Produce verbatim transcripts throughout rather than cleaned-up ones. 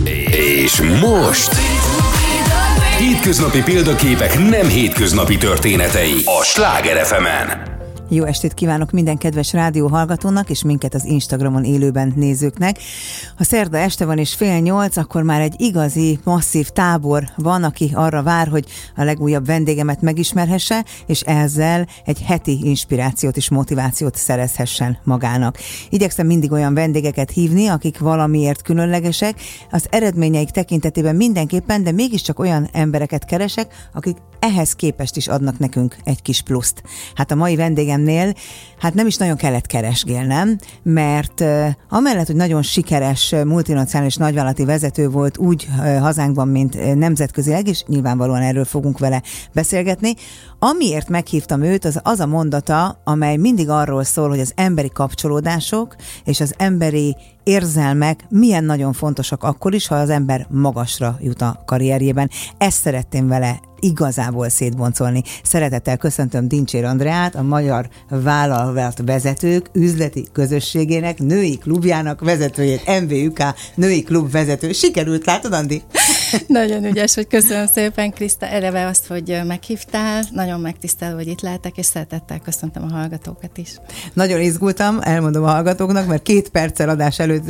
És most hétköznapi példaképek nem hétköznapi történetei a Sláger ef emen. Jó estét kívánok minden kedves rádióhallgatónak és minket az Instagramon élőben nézőknek. Ha szerda este van és fél nyolc, akkor már egy igazi, masszív tábor van, aki arra vár, hogy a legújabb vendégemet megismerhesse, és ezzel egy heti inspirációt és motivációt szerezhessen magának. Igyekszem mindig olyan vendégeket hívni, akik valamiért különlegesek, az eredményeik tekintetében mindenképpen, de mégiscsak olyan embereket keresek, akik ehhez képest is adnak nekünk egy kis pluszt. Hát a mai vendégemnél hát nem is nagyon kellett keresgélnem, mert uh, amellett, hogy nagyon sikeres multinacionális nagyvállalati vezető volt úgy uh, hazánkban, mint uh, nemzetközileg, és nyilvánvalóan erről fogunk vele beszélgetni. Amiért meghívtam őt, az az a mondata, amely mindig arról szól, hogy az emberi kapcsolódások és az emberi érzelmek milyen nagyon fontosak akkor is, ha az ember magasra jut a karrierjében. Ezt szeretném vele igazából szétboncolni. Szeretettel köszöntöm Dincsér Andreát, a Magyar Vállalat Vezetők Üzleti Közösségének női klubjának vezetőjét, em vé ük női klub vezető. Sikerült, látod, Andi? Nagyon ügyes, hogy köszönöm szépen, Kriszta, eleve azt, hogy meghívtál. Nagyon megtisztelő, hogy itt lehetek, és szeretettel köszöntöm a hallgatókat is. Nagyon izgultam, elmondom a hallgatóknak, mert két perccel adás előtt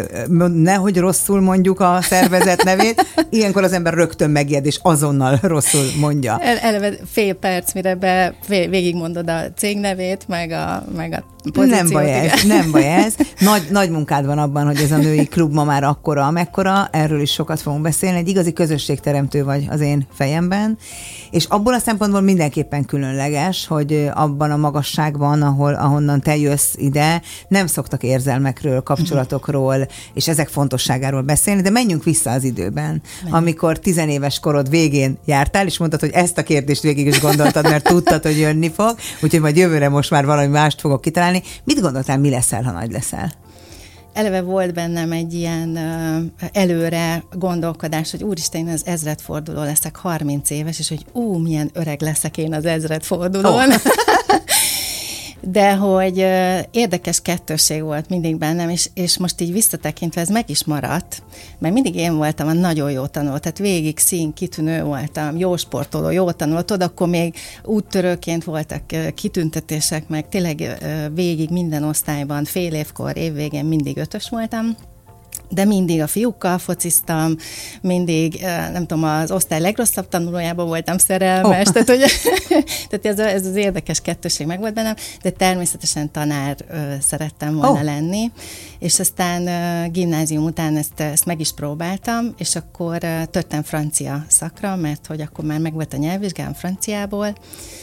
nehogy rosszul mondjuk a szervezet nevét, ilyenkor az ember rögtön megijed, és azonnal rosszul mondja. El, eleve fél perc, mire be végigmondod a cég nevét, meg a, meg a pozíciót. Nem baj ez, nem baj ez. Nagy, nagy munkád van abban, hogy ez a női klub ma már akkora, amekkora, erről is sokat fogunk beszélni. Egy igazi közösségteremtő vagy az én fejemben, és abból a szempontból mindenképpen különleges, hogy abban a magasságban, ahol, ahonnan te jössz ide, nem szoktak érzelmekről, kapcsolatokról, és ezek fontosságáról beszélni, de menjünk vissza az időben. Menjünk. Amikor tizenéves korod végén jártál, és mondtad, hogy ezt a kérdést végig is gondoltad, mert tudtad, hogy jönni fog, úgyhogy majd jövőre most már valami mást fogok kitalálni. Mit gondoltál, mi leszel, ha nagy leszel? Eleve volt bennem egy ilyen uh, előre gondolkodás, hogy úristen, én az ezredforduló leszek, harminc éves, és hogy ú, milyen öreg leszek én az ezredfordulón. Oh. De hogy uh, érdekes kettősség volt mindig bennem, és, és most így visszatekintve ez meg is maradt, mert mindig én voltam a nagyon jó tanuló, tehát végig szín, kitűnő voltam, jó sportoló, jó tanuló, tudod, akkor még úttörőként voltak uh, kitüntetések, meg tényleg uh, végig minden osztályban, fél évkor, évvégén mindig ötös voltam, de mindig a fiúkkal fociztam, mindig, nem tudom, az osztály legrosszabb tanulójában voltam szerelmes, oh. tehát, hogy, tehát ez, ez az érdekes kettőség meg volt bennem, de természetesen tanár ö, szerettem volna oh. lenni, és aztán ö, gimnázium után ezt, ezt meg is próbáltam, és akkor ö, törtem francia szakra, mert hogy akkor már meg volt a nyelvvizsgám franciából,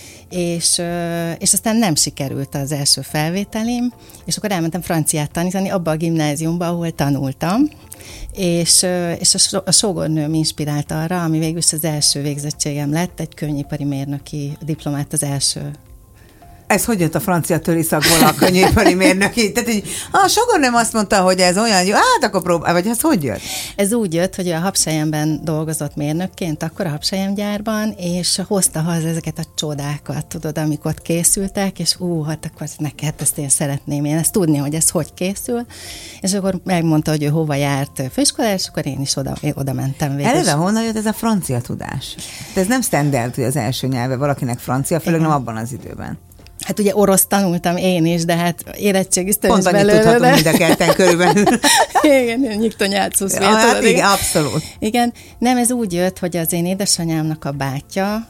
És, és aztán nem sikerült az első felvételim, és akkor elmentem franciát tanítani abba a gimnáziumba, ahol tanultam, és, és a, a sógornőm inspirált arra, ami végül is az első végzettségem lett, egy könnyipari mérnöki diplomát, az első. Ez hogy jött a francia töri szakból a könnyipari mérnöki? Tehát így, a sógornőm azt mondta, hogy ez olyan jó, hát akkor próbál, vagy ez hogy jött? Ez úgy jött, hogy a Habselyemben dolgozott mérnökként, akkor a Habselyem gyárban, és hozta haza ezeket a csodákat, tudod, amik ott készültek, és ú, hát akkor neked ezt én szeretném, én ezt tudni, hogy ez hogy készül, és akkor megmondta, hogy ő hova járt főiskolára, és akkor én is oda, én oda mentem végül. Eleve honnan jött ez a francia tudás? De ez nem standard, hogy az első nyelve valakinek francia, főleg nem abban az időben. Hát ugye orosz tanultam én is, de hát érettségiztem is belőle. Pont annyit tudhatunk mind a ketten körülbelül. Igen, nyitonyátszúsz ja, hát igen, abszolút. Igen, nem, ez úgy jött, hogy az én édesanyámnak a bátyja,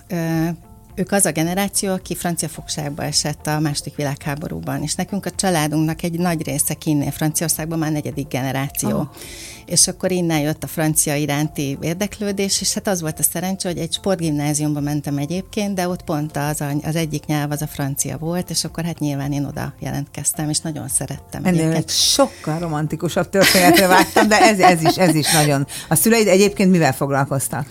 ők az a generáció, aki francia fogságba esett a második világháborúban, és nekünk a családunknak egy nagy része kinnél Franciaországban már negyedik generáció. Oh. És akkor innen jött a francia iránti érdeklődés, és hát az volt a szerencsé, hogy egy sportgimnáziumba mentem egyébként, de ott pont az, az egyik nyelv az a francia volt, és akkor hát nyilván én oda jelentkeztem, és nagyon szerettem. Ennél egy sokkal romantikusabb történetre vágtam, de ez, ez, is, ez is nagyon. A szüleid egyébként mivel foglalkoztak?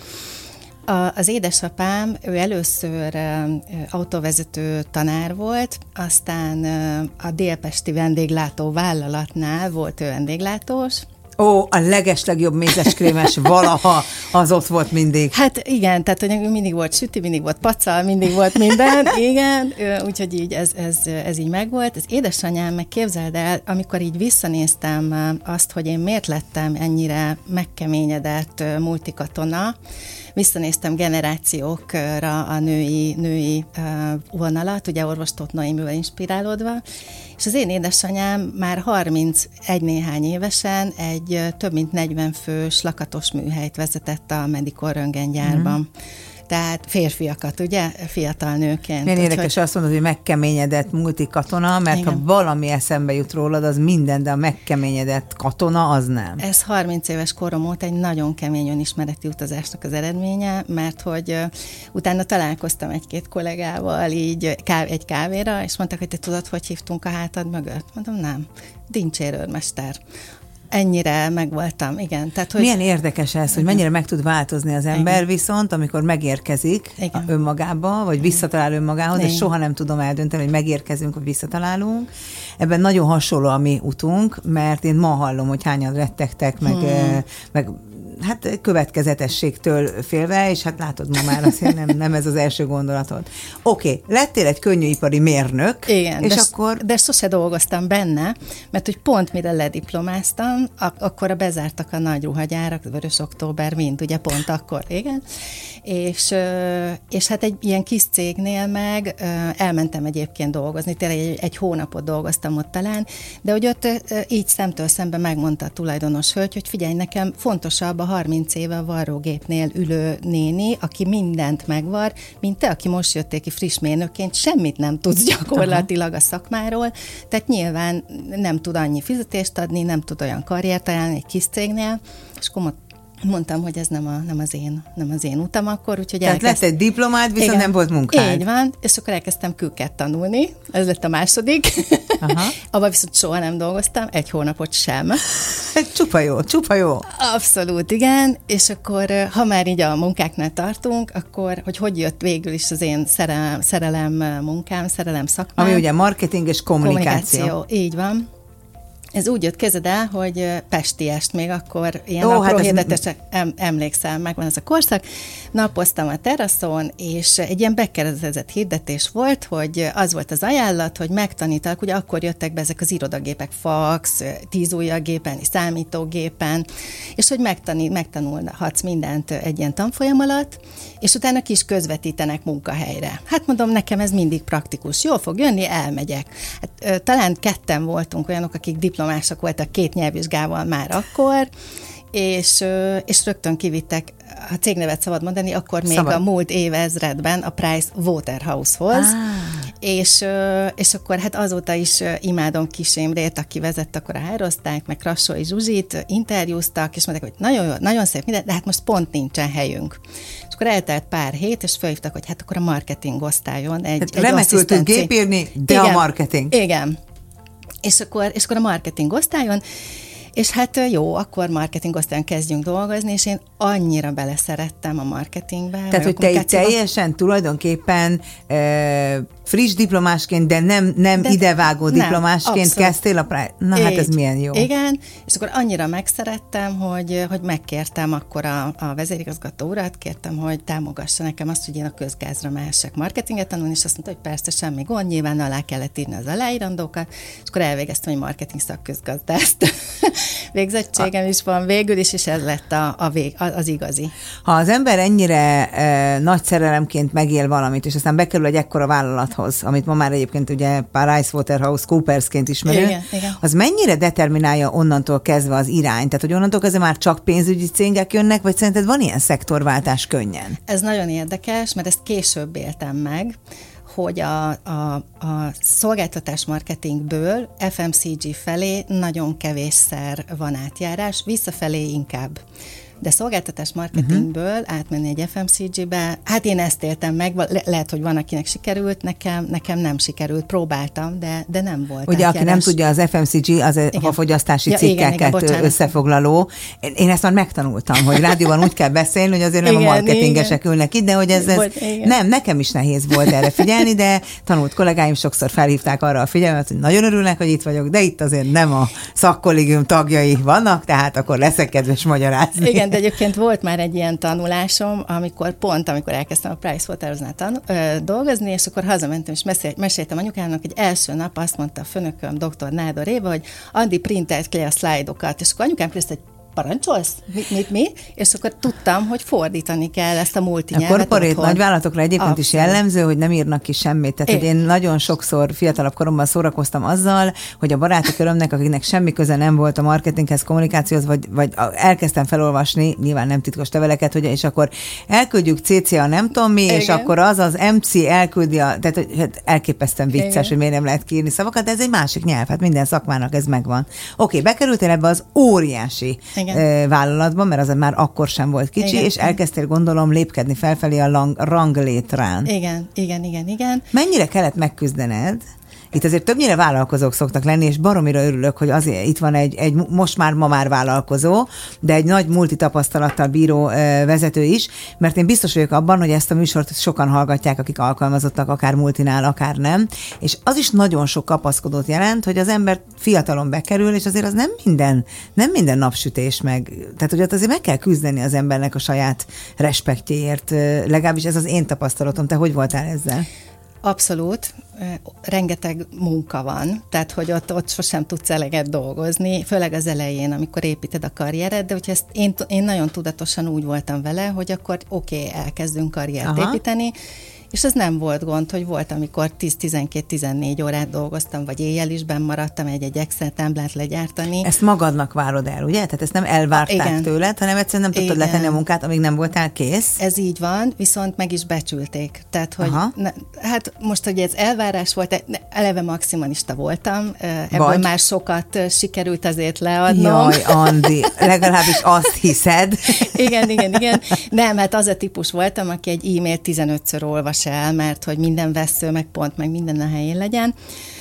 A, az édesapám, ő először uh, autóvezető tanár volt, aztán uh, a délpesti vendéglátó vállalatnál volt ő vendéglátós, Ó, a legeslegjobb mézeskrémes valaha, az ott volt mindig. Hát igen, tehát hogy mindig volt süti, mindig volt pacal, mindig volt minden, igen, úgyhogy így ez, ez, ez így megvolt. Az édesanyám, meg képzeld el, amikor így visszanéztem azt, hogy én miért lettem ennyire megkeményedett multikatona, visszanéztem generációkra a női, női vonalat, ugye orvostót Noémivel inspirálódva, és az én édesanyám már harmincegy néhány évesen egy több mint negyven fős lakatos műhelyt vezetett a Medikor röntgengyárban. Mm. Tehát férfiakat, ugye, fiatal nőként. Milyen érdekes, hogy... azt mondod, hogy megkeményedett multikatona, mert igen. ha valami eszembe jut rólad, az minden, de a megkeményedett katona az nem. Ez harminc éves korom óta egy nagyon kemény önismereti utazásnak az eredménye, mert hogy uh, utána találkoztam egy-két kollégával így káv- egy kávéra, és mondták, hogy te tudod, hogy hívtunk a hátad mögött? Mondom, nem. Dincsér őrmester. Ennyire megvoltam, igen. Tehát, hogy... Milyen érdekes ez, hogy mennyire meg tud változni az ember, igen. viszont amikor megérkezik igen. önmagába, vagy visszatalál önmagához, igen. és soha nem tudom eldönteni, hogy megérkezünk, vagy visszatalálunk. Ebben nagyon hasonló a mi utunk, mert én ma hallom, hogy hányan rettegtek, meg, hmm. meg hát következetességtől félve, és hát látod ma már azért nem, nem ez az első gondolatod. Oké, okay, lettél egy könnyűipari mérnök, igen, és de akkor... De sose dolgoztam benne, mert hogy pont mire lediplomáztam, ak- akkor bezártak a nagy ruhagyárak, Vörös Október, mind, ugye pont akkor, igen. És, és hát egy ilyen kis cégnél meg elmentem egyébként dolgozni, tényleg egy, egy hónapot dolgoztam ott talán, de hogy ott így szemtől szemben megmondta a tulajdonos hölgy, hogy figyelj, nekem fontosabb a harminc éve a varrógépnél ülő néni, aki mindent megvar, mint te, aki most jöttél ki friss mérnökként, semmit nem tudsz gyakorlatilag a szakmáról, tehát nyilván nem tud annyi fizetést adni, nem tud olyan karriert találni egy kis cégnél, és akkor mondtam, hogy ez nem, a, nem, az én, nem az én utam akkor, úgyhogy Tehát elkezd... lett egy diplomád, viszont igen, nem volt munkád. Így van, és akkor elkezdtem kőket tanulni, ez lett a második. Abban viszont soha nem dolgoztam, egy hónapot sem. Csupa jó, csupa jó. Abszolút, igen, és akkor, ha már így a munkáknál tartunk, akkor, hogy hogy jött végül is az én szerelem, szerelem munkám, szerelem szakmám. Ami ugye marketing és kommunikáció. kommunikáció. Így van. Ez úgy jött, kezed el, hogy Pestiest még akkor ilyen Ó, apró hát hirdetések, em, emlékszem, megvan ez a korszak, napoztam a teraszon, és egy ilyen bekeretezett hirdetés volt, hogy az volt az ajánlat, hogy megtanítalak, ugye akkor jöttek be ezek az irodagépek, fax, tízujjaggépen, számítógépen, és hogy megtanít, megtanulhatsz mindent egy ilyen tanfolyam alatt, és utána kis közvetítenek munkahelyre. Hát mondom, nekem ez mindig praktikus. Jól fog jönni, elmegyek. Hát, talán ketten voltunk olyanok, akik diplomások voltak két nyelvvizsgával már akkor, és, és rögtön kivittek, ha cégnevet szabad mondani, akkor még szabad. A múlt évezredben a Price Waterhouse-hoz, ah. és, és akkor hát azóta is imádom Kis Imrét, aki vezette akkor a hárosztályt, meg Krassói Zsuzsit, interjúztak, és mondták, hogy nagyon jó, nagyon szép minden, de hát most pont nincsen helyünk. És akkor eltelt pár hét, és felhívtak, hogy hát akkor a marketing osztályon egy, egy remekül tud gépírni, de igen, a marketing. Igen. És akkor, és akkor a marketing osztályon, és hát jó, akkor marketing osztályon kezdjünk dolgozni, és én annyira beleszerettem a marketingbe. Tehát, hogy te teljesen tulajdonképpen e, friss diplomásként, de nem, nem de idevágó nem, diplomásként abszolút. Kezdtél a Price. Na hát ez milyen jó. Igen, és akkor annyira megszerettem, hogy, hogy megkértem akkor a, a vezérigazgató urat, kértem, hogy támogassa nekem azt, hogy én a közgázra mehessek marketinget tanulni, és azt mondta, hogy persze semmi gond, nyilván alá kellett írni az aláírandókat, és akkor elvégeztem egy marketing szakközgazdászt. Végzettségem is van végül is, és ez lett a, a vég, az igazi. Ha az ember ennyire e, nagy szerelemként megél valamit, és aztán bekerül egy ekkora vállalathoz, amit ma már egyébként ugye PricewaterhouseCoopersként ismerő, igen, igen. az mennyire determinálja onnantól kezdve az irányt? Tehát, hogy onnantól kezdve már csak pénzügyi cégek jönnek, vagy szerinted van ilyen szektorváltás könnyen? Ez nagyon érdekes, mert ezt később éltem meg, hogy a, a, a szolgáltatás marketingből ef em cé gé felé nagyon kevésszer van átjárás, visszafelé inkább. De szolgáltatás marketingből uh-huh. átmenni egy ef em cé gé-be, hát én ezt éltem meg, le- lehet, hogy van, akinek sikerült, nekem, nekem nem sikerült, próbáltam, de, de nem volt. Ugye, aki nem tudja, az ef em cé gé az igen. a fogyasztási ja, cikkeket igen, igen, összefoglaló. Én ezt már megtanultam, hogy rádióban úgy kell beszélni, hogy azért nem igen, a marketingesek igen. ülnek itt, de hogy ez, ez volt, nem, nekem is nehéz volt erre figyelni, de tanult kollégáim sokszor felhívták arra a figyelmet, hogy nagyon örülnek, hogy itt vagyok, de itt azért nem a szakkollégium tagjai vannak, tehát akkor leszek kedves magyarázni. Igen, de egyébként volt már egy ilyen tanulásom, amikor pont, amikor elkezdtem a Pricewaterhouse-nál tan- ö, dolgozni, és akkor hazamentem, és mesél, meséltem anyukámnak, hogy első nap azt mondta a főnököm, doktor Nádor Éva, hogy Andi printelt ki a szlájdokat, és akkor anyukám kérdezte, hogy parancsolsz? Mit, mit, mi? És akkor tudtam, hogy fordítani kell ezt a multinyelvet. A korporét nagyvállalatokra egyébként Abszolút. Is jellemző, hogy nem írnak ki semmit. Tehát, én. hogy én nagyon sokszor fiatalabb koromban szórakoztam azzal, hogy a baráti körömnek, akiknek semmi köze nem volt a marketinghez, kommunikációhoz, vagy, vagy elkezdtem felolvasni, nyilván nem titkos leveleket, hogy és akkor elküldjük cé cé a nem tudom mi, igen. és akkor az az em cé elküldi a, tehát hát elképesztően vicces, igen. hogy miért nem lehet kiírni szavakat, de ez egy másik nyelv, hát minden szakmának ez megvan. Oké, bekerültél ebbe az óriási igen. vállalatban, mert az már akkor sem volt kicsi, igen. és elkezdtél gondolom lépkedni felfelé a lang- ranglétrán. Igen, igen, igen, igen. Mennyire kellett megküzdened? Itt azért többnyire vállalkozók szoktak lenni, és baromira örülök, hogy azért itt van egy, egy most már ma már vállalkozó, de egy nagy multitapasztalattal bíró ö, vezető is, mert én biztos vagyok abban, hogy ezt a műsort sokan hallgatják, akik alkalmazottak, akár multinál, akár nem, és az is nagyon sok kapaszkodót jelent, hogy az ember fiatalon bekerül, és azért az nem minden, nem minden napsütés meg. Tehát, hogy ott azért meg kell küzdeni az embernek a saját respektjéért, legalábbis ez az én tapasztalatom. Te hogy voltál ezzel? Abszolút. Rengeteg munka van, tehát hogy ott, ott sosem tudsz eleget dolgozni, főleg az elején, amikor építed a karriered, de hogyha ezt én, én nagyon tudatosan úgy voltam vele, hogy akkor oké, okay, elkezdünk karriert Aha. építeni, és ez nem volt gond, hogy volt, amikor tíz-tizenkét-tizennégy órát dolgoztam, vagy éjjel is benn maradtam egy-egy Excel táblát legyártani. Ezt magadnak várod el, ugye? Tehát ezt nem elvárták Igen. tőled, hanem egyszerűen nem tudtad Igen. letenni a munkát, amíg nem voltál kész. Ez így van, viszont meg is becsülték. Tehát, hogy ne, hát most, hogy ez elvárás volt, eleve maximalista voltam, ebből vagy? Már sokat sikerült azért leadnom. Jaj, Andi, legalábbis azt hiszed. igen, igen, igen. Nem, hát az a típus voltam, aki egy e-mailt tizenötször olvas el, mert hogy minden vesző, meg pont, meg minden a helyén legyen.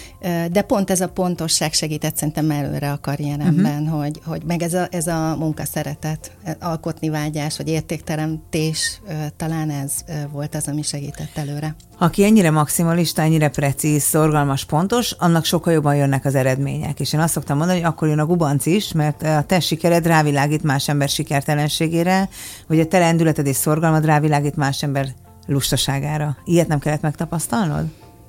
De pont ez a pontosság segített szerintem előre a karrieremben, uh-huh. hogy, hogy meg ez a, ez a munkaszeretet, alkotni vágyás, vagy értékteremtés, talán ez volt az, ami segített előre. Aki ennyire maximalista, ennyire precíz, szorgalmas, pontos, annak sokkal jobban jönnek az eredmények. És én azt szoktam mondani, hogy akkor jön a gubanc is, mert a te sikered rávilágít más ember sikertelenségére, vagy a te lendületed és szorgalmad rávilágít más ember lustaságára. Ilyet nem kellett megtapasztalnod?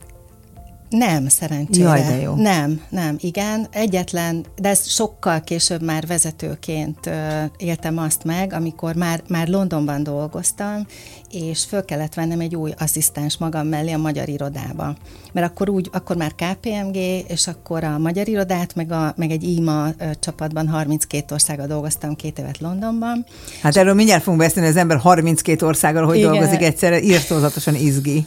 Nem, szerencsére. Jaj, de jó. Nem, nem, igen. Egyetlen, de ezt sokkal később már vezetőként uh, éltem azt meg, amikor már, már Londonban dolgoztam, és föl kellett vennem egy új asszisztens magam mellé a magyar irodába. Mert akkor úgy, akkor már ká pé em gé, és akkor a magyar irodát, meg, a, meg egy í em á uh, csapatban harminckét országgal dolgoztam két évet Londonban. Hát erről mindjárt fogunk beszélni, az ember harminckét országgal, hogy igen. dolgozik egyszerre, írtózatosan izgi.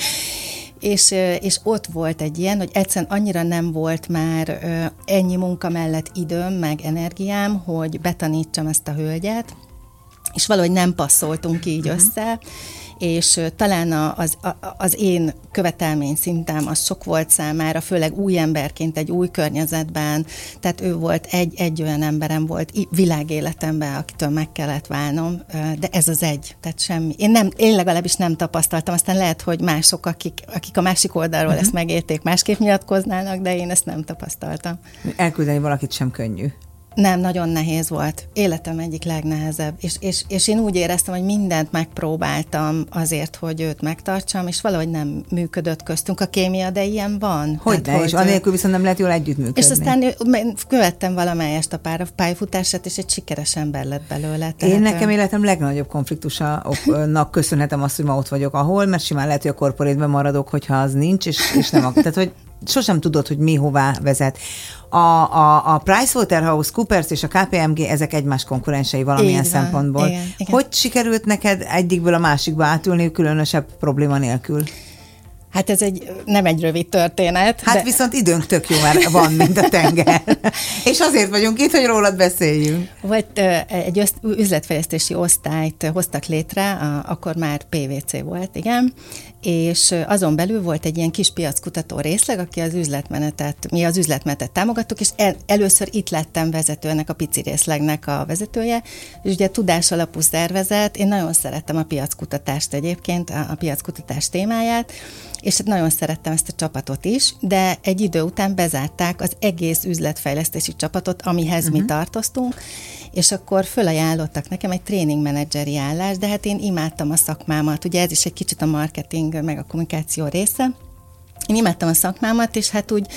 És, és ott volt egy ilyen, hogy egyszerűen annyira nem volt már ennyi munka mellett időm, meg energiám, hogy betanítsam ezt a hölgyet, és valahogy nem passzoltunk így uh-huh. össze, és talán az, az én követelmény szintem az sok volt számára, főleg új emberként egy új környezetben, tehát ő volt egy, egy olyan emberem volt világéletemben, akitől meg kellett válnom, de ez az egy, tehát semmi. Én, nem, én legalábbis nem tapasztaltam, aztán lehet, hogy mások, akik, akik a másik oldalról uh-huh. ezt megérték, másképp nyilatkoznának, de én ezt nem tapasztaltam. Elküldeni valakit sem könnyű. Nem, nagyon nehéz volt. Életem egyik legnehezebb. És, és, és én úgy éreztem, hogy mindent megpróbáltam azért, hogy őt megtartsam, és valahogy nem működött köztünk a kémia, de ilyen van. Hogy Tehát, ne, és anélkül viszont nem lehet jól együttműködni. És aztán követtem valamelyest a pályafutását, és egy sikeres ember lett belőle. Tehát én nekem életem legnagyobb konfliktusának köszönhetem azt, hogy ma ott vagyok ahol, mert simán lehet, hogy a korporétben maradok, hogyha az nincs, és, és nem ak- Tehát, hogy sosem tudod, hogy mi hová vezet. A, a, a PricewaterhouseCoopers és a ká pé em gé, ezek egymás konkurensei valamilyen igen, szempontból. Igen, igen. Hogy sikerült neked egyikből a másikba átülni különösebb probléma nélkül? Hát ez egy, nem egy rövid történet. Hát de... viszont időnk tök jó már van, mint a tenger. És azért vagyunk itt, hogy rólad beszéljünk. Volt egy üzletfejlesztési osztályt hoztak létre, akkor már pé vé cé volt, igen, és azon belül volt egy ilyen kis piackutató részleg, aki az üzletmenetet, mi az üzletmenetet támogattuk, és el, először itt lettem vezető, ennek a pici részlegnek a vezetője, és ugye tudás alapú szervezet, én nagyon szerettem a piackutatást egyébként, a, a piackutatás témáját, és nagyon szerettem ezt a csapatot is, de egy idő után bezárták az egész üzletfejlesztési csapatot, amihez uh-huh. mi tartoztunk, és akkor fölajánlottak nekem egy tréningmenedzseri állást, de hát én imádtam a szakmámat, ugye ez is egy kicsit a marketing, meg a kommunikáció része. Én imádtam a szakmámat, és hát úgy,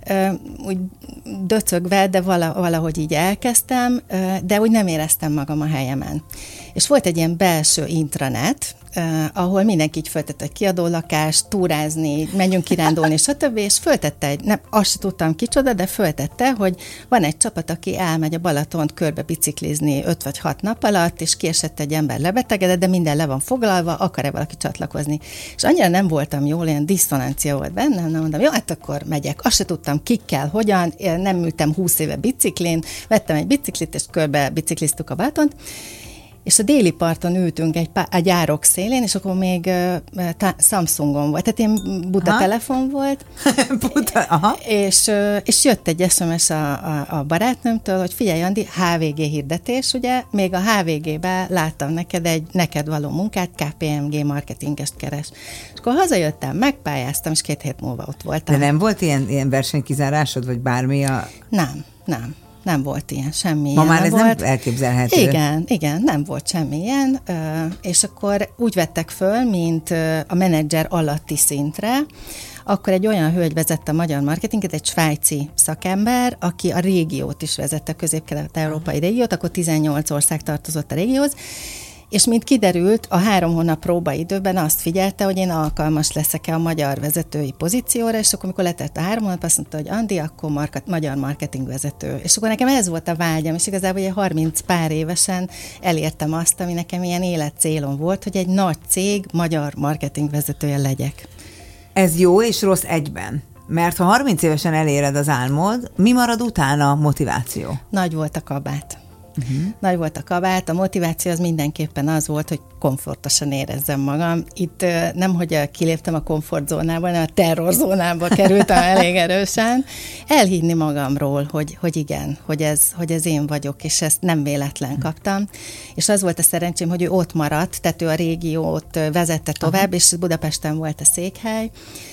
úgy döcögve, de valahogy így elkezdtem, de úgy nem éreztem magam a helyemen. És volt egy ilyen belső intranet, Uh, ahol mindenki így föltette, hogy kiadó lakást, túrázni, menjünk kirándulni, stb. És föltette egy, nem, azt sem tudtam kicsoda, de föltette, hogy van egy csapat, aki elmegy a Balatont körbe biciklizni öt vagy hat nap alatt, és kiesett egy ember lebetegedett, de minden le van foglalva, akar-e valaki csatlakozni. És annyira nem voltam jól, ilyen diszonancia volt bennem, nem mondtam, jó, hát akkor megyek. Azt se tudtam, kikkel, hogyan, én nem ültem húsz éve biciklin, vettem egy biciklit, és körbe bicikliztük a Balatont, és a déli parton ültünk egy, pá- egy árok szélén, és akkor még uh, tá- Samsungon volt, tehát ilyen buta aha. telefon volt, buta, aha. És, uh, és jött egy es em es a, a, a barátnőmtől, hogy figyelj, Andi, há vé gé hirdetés, ugye, még a há vé gé-ben láttam neked egy neked való munkát, ká pé em gé marketingest keres. És akkor hazajöttem, megpályáztam, és két hét múlva ott voltam. De nem volt ilyen, ilyen versenykizárásod, vagy bármi a... Nem, nem. Nem volt ilyen, semmi Ma ilyen. már ez volt. nem elképzelhető. Igen, igen, nem volt semmi ilyen, és akkor úgy vettek föl, mint a menedzser alatti szintre, akkor egy olyan hölgy vezette a magyar marketinget, egy svájci szakember, aki a régiót is vezette, a közép-kelet-európai régiót, akkor tizennyolc ország tartozott a régióhoz, és mint kiderült, a három hónap próbaidőben azt figyelte, hogy én alkalmas leszek-e a magyar vezetői pozícióra, és akkor, amikor letett a három hónap, azt mondta, hogy Andi, akkor market, magyar marketing vezető. És akkor nekem ez volt a vágyam, és igazából egy harminc pár évesen elértem azt, ami nekem ilyen életcélom volt, hogy egy nagy cég magyar marketing vezetője legyek. Ez jó és rossz egyben. Mert ha harminc évesen eléred az álmod, mi marad utána a motiváció? Nagy volt a kabát. Uh-huh. Nagy volt a kabát, a motiváció az mindenképpen az volt, hogy komfortosan érezzem magam. Itt nem, hogy kiléptem a komfortzónába, hanem a terrorzónába kerültem elég erősen. Elhinni magamról, hogy, hogy igen, hogy ez, hogy ez én vagyok, és ezt nem véletlen kaptam. És az volt a szerencsém, hogy ő ott maradt, tehát ő a régiót vezette tovább, uh-huh. és Budapesten volt a székhely,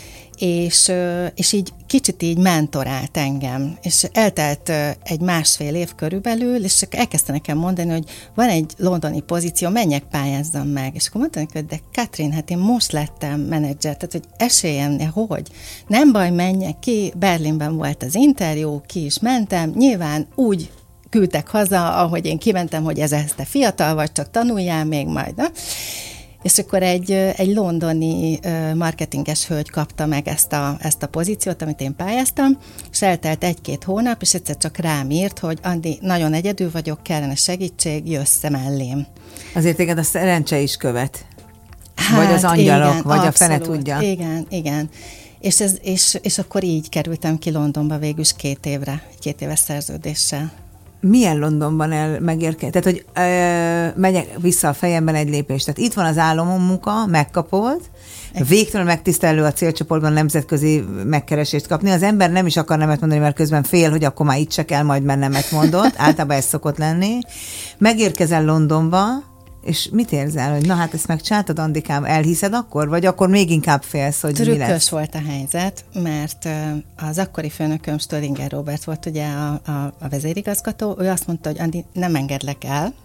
és, és így kicsit így mentorált engem, és eltelt egy másfél év körülbelül, és csak elkezdte nekem mondani, hogy van egy londoni pozíció, menjek, pályázzam meg. És akkor mondta neki, hogy de Katrin, hát én most lettem menedzser, tehát hogy esélyem, de hogy? Nem baj, menjek ki, Berlinben volt az interjú, ki is mentem, nyilván úgy küldtek haza, ahogy én kimentem, hogy ez, ez te fiatal vagy, csak tanuljál még majd, na? És akkor egy, egy londoni marketinges hölgy kapta meg ezt a, ezt a pozíciót, amit én pályáztam, és eltelt egy-két hónap, és egyszer csak rám írt, hogy Andi, nagyon egyedül vagyok, kellene segítség, jössz mellém. Azért téged a szerencse is követ. Hát, vagy az angyalok, igen, vagy abszolút, a fene tudja. Igen, igen. És, ez, és, és akkor így kerültem ki Londonba végül is két évre, két éves szerződéssel. Milyen Londonban el megérkezni? Tehát, hogy ö, megyek vissza a fejemben egy lépést. Tehát itt van az álomom munka, megkapod, végtelenül megtisztelő a célcsoportban nemzetközi megkeresést kapni. Az ember nem is akar nemet mondani, mert közben fél, hogy akkor már itt se kell majd, mert nemet mondott. Általában ez szokott lenni. Megérkezel Londonba, és mit érzel, hogy na hát ezt megcsináltad, Andikám, elhiszed akkor? Vagy akkor még inkább félsz, hogy Trükkös mi lesz? volt a helyzet, mert az akkori főnököm Stöllinger Robert volt ugye a, a, a vezérigazgató, ő azt mondta, hogy Andi, nem engedlek el,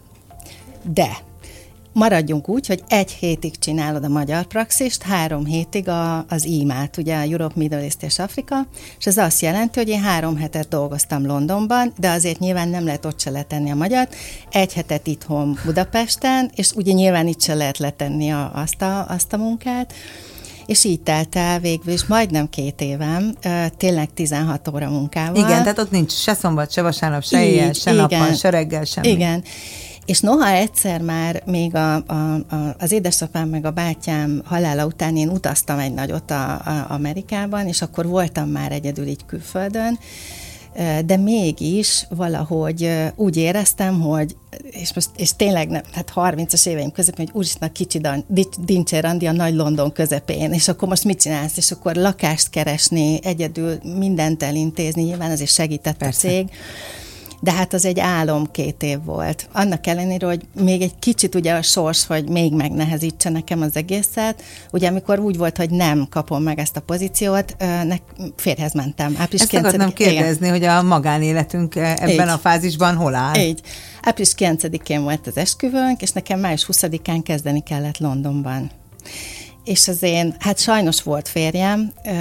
de maradjunk úgy, hogy egy hétig csinálod a magyar praxist, három hétig a, az í em á-t, ugye a Europe, Middle East és Afrika, és ez azt jelenti, hogy én három hetet dolgoztam Londonban, de azért nyilván nem lehet ott se letenni a magyart, egy hetet itthon Budapesten, és ugye nyilván itt se lehet letenni a, azt, a, azt a munkát, és így telt el végül is majdnem két évem, tényleg tizenhat óra munkával. Igen, tehát ott nincs se szombat, se vasárnap, se éjjel, se nappal, se reggel, semmi. Igen. És noha egyszer már még a, a, a, az édesapám meg a bátyám halála után én utaztam egy nagyot a, a Amerikában, és akkor voltam már egyedül így külföldön, de mégis valahogy úgy éreztem, hogy, és most és tényleg nem, hát harmincas éveim közepén, hogy úristen, a kicsi Dincsér Andi a nagy London közepén, és akkor most mit csinálsz? És akkor lakást keresni, egyedül mindent elintézni, nyilván azért segített Persze. a cég. De hát az egy álom két év volt. Annak ellenére, hogy még egy kicsit ugye a sors, hogy még megnehezítse nekem az egészet, ugye amikor úgy volt, hogy nem kapom meg ezt a pozíciót, nek, férjhez mentem. Ezt akartam kérdezni, igen. hogy a magánéletünk ebben Így. a fázisban hol áll? Így. április kilencedikén volt az esküvőnk, és nekem május huszadikán kezdeni kellett Londonban. És az én, hát sajnos volt férjem, ö,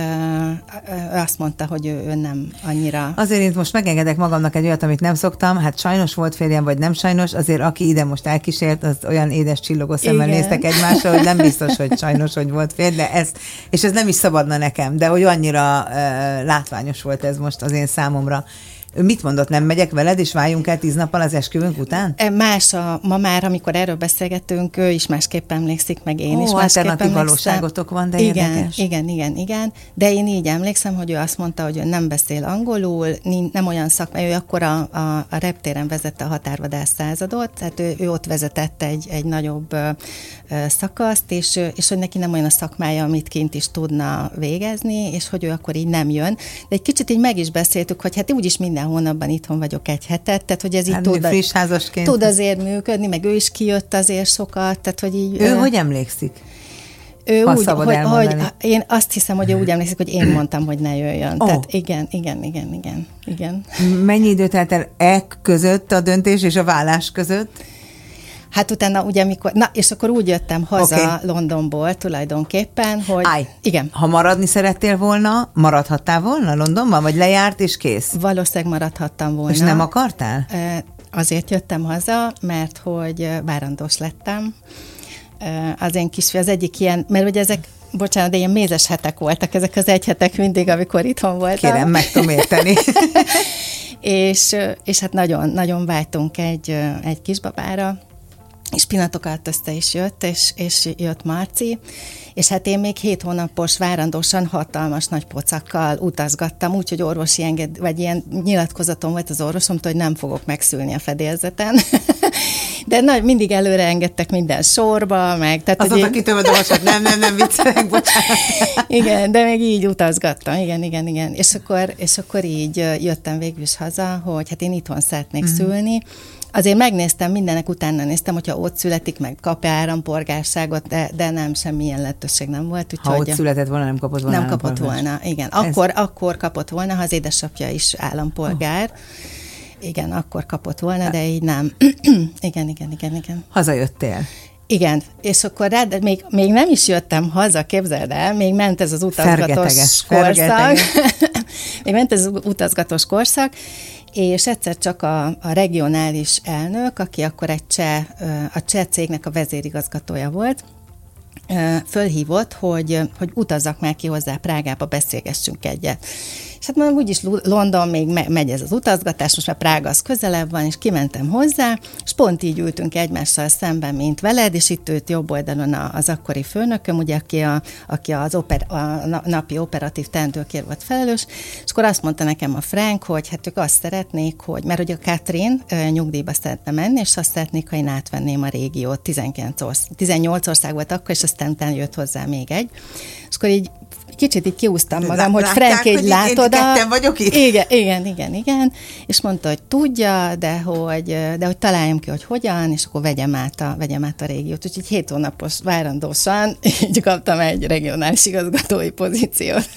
ö, azt mondta, hogy ő, ő nem annyira... Azért én most megengedek magamnak egy olyat, amit nem szoktam, hát sajnos volt férjem, vagy nem sajnos, azért aki ide most elkísért, az olyan édes csillogó szemmel Igen. néztek egymásra, hogy nem biztos, hogy sajnos, hogy volt férj, de ezt, és ez nem is szabadna nekem, de hogy annyira ö, látványos volt ez most az én számomra. Ő mit mondott, nem megyek veled, és váljunk el tíz nappal az esküvőnk után? Más a, ma már, amikor erről beszélgetünk, ő is másképp emlékszik, meg én Ó, is másképp emlékszem. valóságotok van, de igen, érdekes. Igen, igen, igen. De én így emlékszem, hogy ő azt mondta, hogy ő nem beszél angolul, nem olyan szakmai, ő akkor a, a, a reptéren vezette a határvadász századot, tehát ő, ő ott vezetett egy, egy nagyobb ö, ö, szakaszt, és, és hogy neki nem olyan a szakmája, amit kint is tudna végezni, és hogy ő akkor így nem jön. De egy kicsit így meg is beszéltük, hogy hát úgyis minden hónapban itthon vagyok egy hetet, tehát hogy ez így hát tud, friss házasként. tud azért működni, meg ő is kijött azért sokat, tehát hogy így... Ő ö... hogy emlékszik? Ő úgy, hogy, hogy én azt hiszem, hogy ő úgy emlékszik, hogy én mondtam, hogy ne jöjjön. Oh. Tehát igen, igen, igen, igen, igen. Mennyi idő telt el e között a döntés és a vállás között? Hát utána ugye amikor, na és akkor úgy jöttem haza okay. Londonból tulajdonképpen, hogy... Állj, igen. Ha maradni szerettél volna, maradhattál volna Londonban, vagy lejárt és kész? Valószínűleg maradhattam volna. És nem akartál? Azért jöttem haza, mert hogy várandós lettem. Az én kisfiú, az egyik ilyen, mert ugye ezek, bocsánat, de ilyen mézes hetek voltak, ezek az egy hetek mindig, amikor itthon voltam. Kérem, meg tudom érteni. és, és hát nagyon, nagyon vágytunk egy, egy kisbabára, és pillanatokat össze is jött, és, és jött Marci, és hát én még hét hónapos várandósan hatalmas nagy pocakkal utazgattam, úgyhogy orvosi enged, vagy ilyen nyilatkozatom volt az orvosomtól, hogy nem fogok megszülni a fedélzeten. De nagy, mindig előre engedtek minden sorba, meg... Tehát, az, aki többet a vasat, nem, nem, nem viccelek, bocsánat. Igen, de még így utazgattam, igen, igen, igen. És akkor, és akkor így jöttem végül is haza, hogy hát én itthon szeretnék mm. szülni. Azért megnéztem, mindenek utána néztem, hogyha ott születik, meg kap-e állampolgárságot, de, de nem, semmilyen lehetőség nem volt. Úgy, ha ott született volna, nem kapott volna Nem kapott volna, igen. Akkor, akkor kapott volna, ha az édesapja is állampolgár. Oh. Igen, akkor kapott volna, de így nem. igen, igen, igen, igen. Hazajöttél. Igen, és akkor rá, de még, még nem is jöttem haza, képzeld el, még ment ez az utazgatós korszak. még ment ez az utazgatós korszak, és egyszer csak a, a regionális elnök, aki akkor egy cseh, a cseh cégnek a vezérigazgatója volt, fölhívott, hogy, hogy utazzak már ki hozzá Prágába, beszélgessünk egyet. És hát már úgyis London még megy ez az utazgatás, most már Prága az közelebb van, és kimentem hozzá, és pont így ültünk egymással szemben, mint veled, és itt ült jobb oldalon az akkori főnököm, ugye, aki, a, aki az oper, a napi operatív teendőkért volt felelős, és akkor azt mondta nekem a Frank, hogy hát ők azt szeretnék, hogy, mert ugye a Katrin nyugdíjba szeretne menni, és azt szeretnék, ha én átvenném a régiót, tizenkilenc ország, tizennyolc ország volt akkor, és aztán utána jött hozzá még egy. És akkor így kicsit így kiúztam magam, hogy Frank, így látod a... vagyok itt? Igen, igen, igen, igen. És mondta, hogy tudja, de hogy, de hogy találjam ki, hogy hogyan, és akkor vegyem át a, vegyem át a régiót. Úgyhogy hét hónapos várandósan így kaptam egy regionális igazgatói pozíciót.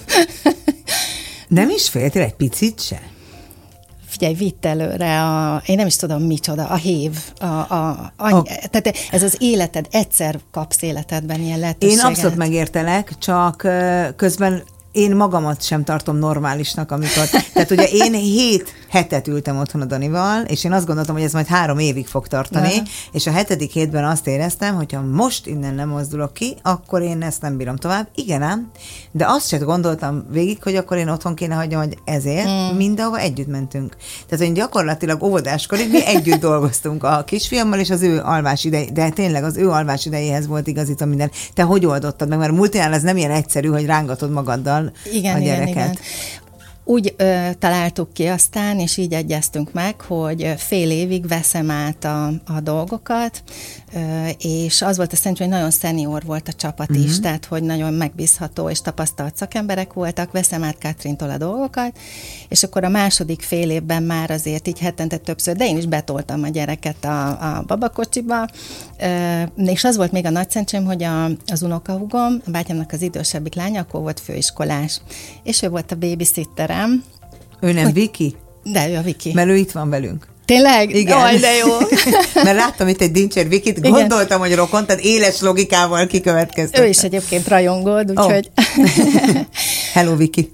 Nem is féltél egy picit se? Figyelj, vitt előre a, én nem is tudom micsoda, a hév, a, a, a, a, tehát ez az életed, egyszer kapsz életedben ilyen lehetőséget. Én abszolút megértelek, csak közben én magamat sem tartom normálisnak, amikor, tehát ugye én hét, hetet ültem otthon a Danival, és én azt gondoltam, hogy ez majd három évig fog tartani, ne. És a hetedik hétben azt éreztem, hogyha most innen nem mozdulok ki, akkor én ezt nem bírom tovább. Igen ám, de azt sem gondoltam végig, hogy akkor én otthon kéne hagyjam, hogy ezért mm. mindenhova együtt mentünk. Tehát, hogy gyakorlatilag óvodáskorig mi együtt dolgoztunk a kisfiammal, és az ő alvás idej, de tényleg az ő alvás idejéhez volt igazítva minden. Te hogy oldottad meg? Mert a multinál ez nem ilyen egyszerű, hogy rángatod magaddal igen, a gyereket. Igen, igen. Úgy ö, találtuk ki aztán, és így egyeztünk meg, hogy fél évig veszem át a, a dolgokat, ö, és az volt a szerencsé, hogy nagyon szenior volt a csapat uh-huh. is, tehát hogy nagyon megbízható és tapasztalt szakemberek voltak, veszem át Katrintól a dolgokat, és akkor a második fél évben már azért így hetente többször, de én is betoltam a gyereket a, a babakocsiba, ö, és az volt még a nagy szerencsém, hogy a, az unokahúgom, a bátyámnak az idősebbik lánya, akkor volt főiskolás, és ő volt a babysitterem. Ő nem hogy... Viki? De ő a Viki. Mert ő itt van velünk. Tényleg? Igen. Aj, de jó. Mert láttam itt egy Dincsér Vikit, igen. Gondoltam, hogy rokon, tehát éles logikával kikövetkeztettem. Ő is egyébként rajongod, úgyhogy... Oh. Hello, Viki.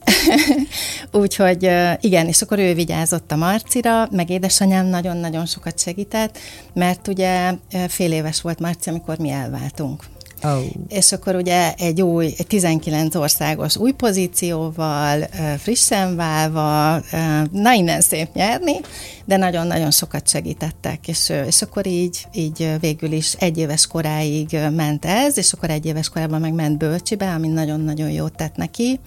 Úgyhogy igen, és akkor ő vigyázott a Marcira, meg édesanyám nagyon-nagyon sokat segített, mert ugye fél éves volt Marci, amikor mi elváltunk. Oh. És akkor ugye egy új, egy tizenkilenc országos új pozícióval, frissen válva, na innen szép nyerni, de nagyon-nagyon sokat segítettek, és, és akkor így, így végül is egy éves koráig ment ez, és akkor egy éves korában meg ment bölcsibe, ami nagyon-nagyon jót tett neki.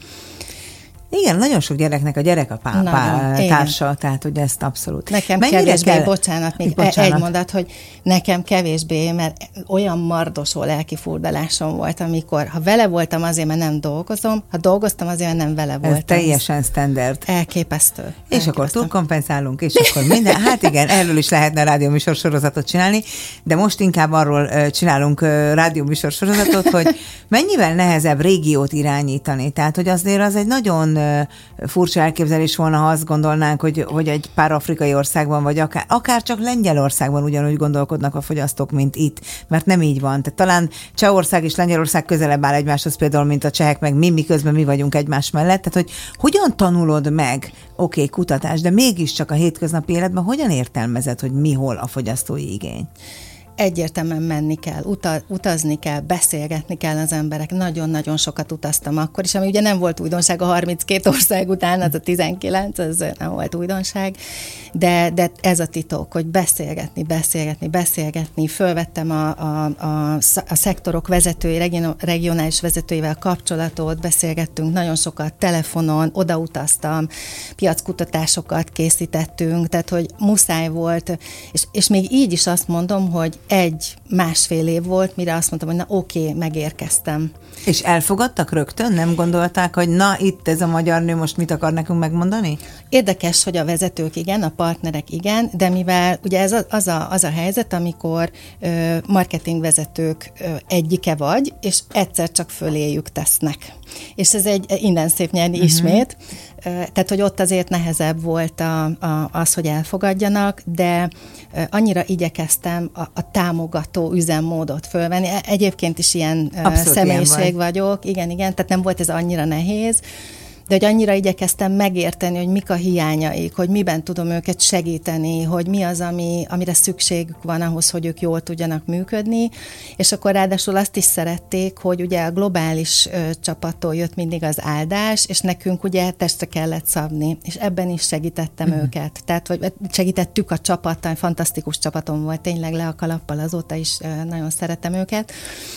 Igen, nagyon sok gyereknek a gyerek a pá, pá, társa, tehát hogy ezt abszolút. Nekem mennyire kevésbé, kell... bocsánat, még bocsánat. egy mondat, hogy nekem kevésbé, mert olyan mardosó lelkifurdalásom volt, amikor, ha vele voltam azért, mert nem dolgozom, ha dolgoztam azért, mert nem vele voltam. Ez teljesen standard. Elképesztő. És Elképesztő. Akkor túlkompenzálunk, és akkor minden. Hát igen, erről is lehetne rádióműsor sorozatot csinálni, de most inkább arról uh, csinálunk uh, rádióműsor sorozatot, hogy mennyivel nehezebb régiót irányítani. Tehát, hogy azért az egy nagyon furcsa elképzelés volna, ha azt gondolnánk, hogy, hogy egy pár afrikai országban, vagy akár, akár csak Lengyelországban ugyanúgy gondolkodnak a fogyasztók, mint itt, mert nem így van. Tehát talán Csehország és Lengyelország közelebb áll egymáshoz például, mint a csehek, meg mi, miközben mi vagyunk egymás mellett. Tehát, hogy hogyan tanulod meg, oké, okay, kutatás, de mégiscsak a hétköznapi életben hogyan értelmezed, hogy mi hol a fogyasztói igény? Egyértelműen menni kell, uta, utazni kell, beszélgetni kell az emberek. Nagyon-nagyon sokat utaztam akkor is, ami ugye nem volt újdonság a harminckét ország után, az a tizenkilenc, az nem volt újdonság, de, de ez a titok, hogy beszélgetni, beszélgetni, beszélgetni. Fölvettem a, a, a, a szektorok vezetői, regionális vezetőivel kapcsolatot, beszélgettünk nagyon sokat telefonon, odautaztam, piackutatásokat készítettünk, tehát hogy muszáj volt, és, és még így is azt mondom, hogy egy másfél év volt, mire azt mondtam, hogy na oké, okay, megérkeztem. És elfogadtak rögtön? Nem gondolták, hogy na itt ez a magyar nő most mit akar nekünk megmondani? Érdekes, hogy a vezetők igen, a partnerek igen, de mivel ugye ez az a, az a helyzet, amikor ö, marketingvezetők ö, egyike vagy, és egyszer csak föléjük tesznek. És ez egy innen szép nyerni uh-huh. ismét. Tehát, hogy ott azért nehezebb volt a, a, az, hogy elfogadjanak, de annyira igyekeztem a, a támogató üzemmódot fölvenni. Egyébként is ilyen abszolút személyiség ilyen vagyok. Igen, igen, tehát nem volt ez annyira nehéz, de hogy annyira igyekeztem megérteni, hogy mik a hiányaik, hogy miben tudom őket segíteni, hogy mi az, ami, amire szükségük van ahhoz, hogy ők jól tudjanak működni, és akkor ráadásul azt is szerették, hogy ugye a globális ö, csapattól jött mindig az áldás, és nekünk ugye testre kellett szabni, és ebben is segítettem mm. őket. Tehát, vagy segítettük a csapattal, fantasztikus csapatom volt, tényleg le a kalappal, azóta is ö, nagyon szeretem őket.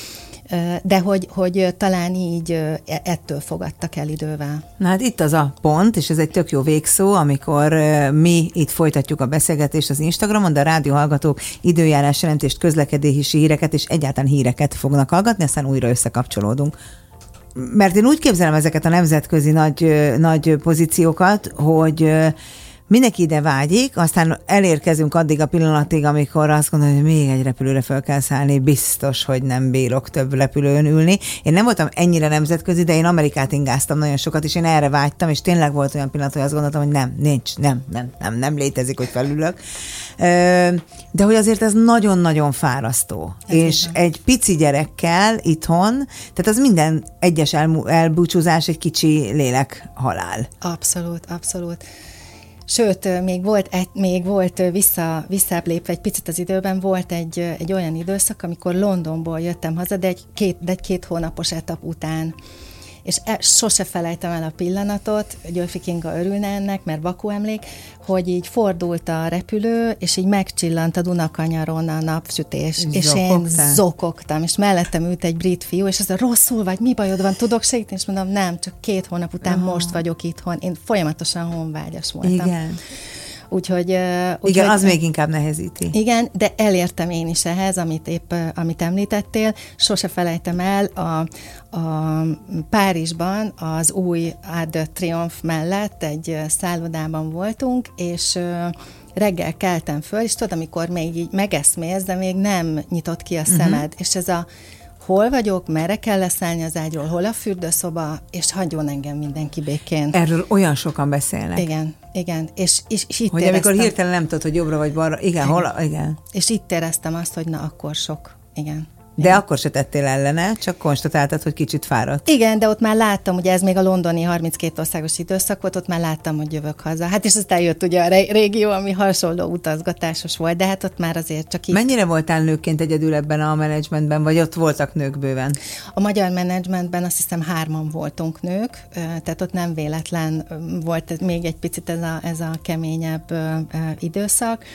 De hogy, hogy talán így ettől fogadtak el idővel. Na hát itt az a pont, és ez egy tök jó végszó, amikor mi itt folytatjuk a beszélgetést az Instagramon, de a rádióhallgatók időjárásjelentést, közlekedési híreket és egyáltalán híreket fognak hallgatni, aztán újra összekapcsolódunk. Mert én úgy képzelem ezeket a nemzetközi nagy, nagy pozíciókat, hogy mindenki ide vágyik, aztán elérkezünk addig a pillanatig, amikor azt gondolom, hogy még egy repülőre fel kell szállni, biztos, hogy nem bírok több repülőn ülni. Én nem voltam ennyire nemzetközi, de én Amerikát ingáztam nagyon sokat, és én erre vágytam, és tényleg volt olyan pillanat, hogy azt gondoltam, hogy nem, nincs, nem, nem, nem, nem létezik, hogy felülök. De hogy azért ez nagyon-nagyon fárasztó. Ez és igen. Egy pici gyerekkel itthon, tehát az minden egyes elbúcsúzás egy kicsi lélek halál. Abszolút, abszolút. Sőt, még volt, egy, még volt vissza, visszább lépve egy picit az időben, volt egy, egy olyan időszak, amikor Londonból jöttem haza, de egy két, de egy két hónapos etap után. És e, sose felejtem el a pillanatot, Györfi Kinga örülne ennek, mert vakú emlék, hogy így fordult a repülő, és így megcsillant a Dunakanyaron a napsütés. Zokogtál. És én zokogtam, és mellettem ült egy brit fiú, és az a rosszul vagy, mi bajod van, tudok segíteni? És mondom, nem, csak két hónap után oh. most vagyok itthon. Én folyamatosan honvágyas voltam. Igen. Úgyhogy, úgy, igen, hogy, az még inkább nehezíti. Igen, de elértem én is ehhez, amit épp amit említettél. Sose felejtem el, a, a Párizsban az új Arc de Triomphe mellett egy szállodában voltunk, és reggel keltem föl, és tudod, amikor még így megeszmélsz, de még nem nyitott ki a szemed, uh-huh. és ez a hol vagyok, merre kell leszállni az ágyról, hol a fürdőszoba, és hagyjon engem mindenki békén. Erről olyan sokan beszélnek. Igen, igen. És, és, és itt hogy éreztem, amikor hirtelen nem tudod, hogy jobbra vagy balra, igen, igen. hol, igen. És itt éreztem azt, hogy na, akkor sok. Igen. De igen. akkor se tettél ellene, csak konstatáltad, hogy kicsit fáradt. Igen, de ott már láttam, ugye ez még a londoni harminckét országos időszak volt, ott már láttam, hogy jövök haza. Hát és aztán jött ugye a régió, ami hasonló utazgatásos volt, de hát ott már azért csak így. Mennyire voltál nőként egyedül ebben a menedzsmentben, vagy ott voltak nők bőven? A magyar menedzsmentben azt hiszem hárman voltunk nők, tehát ott nem véletlen volt még egy picit ez a, ez a keményebb időszak.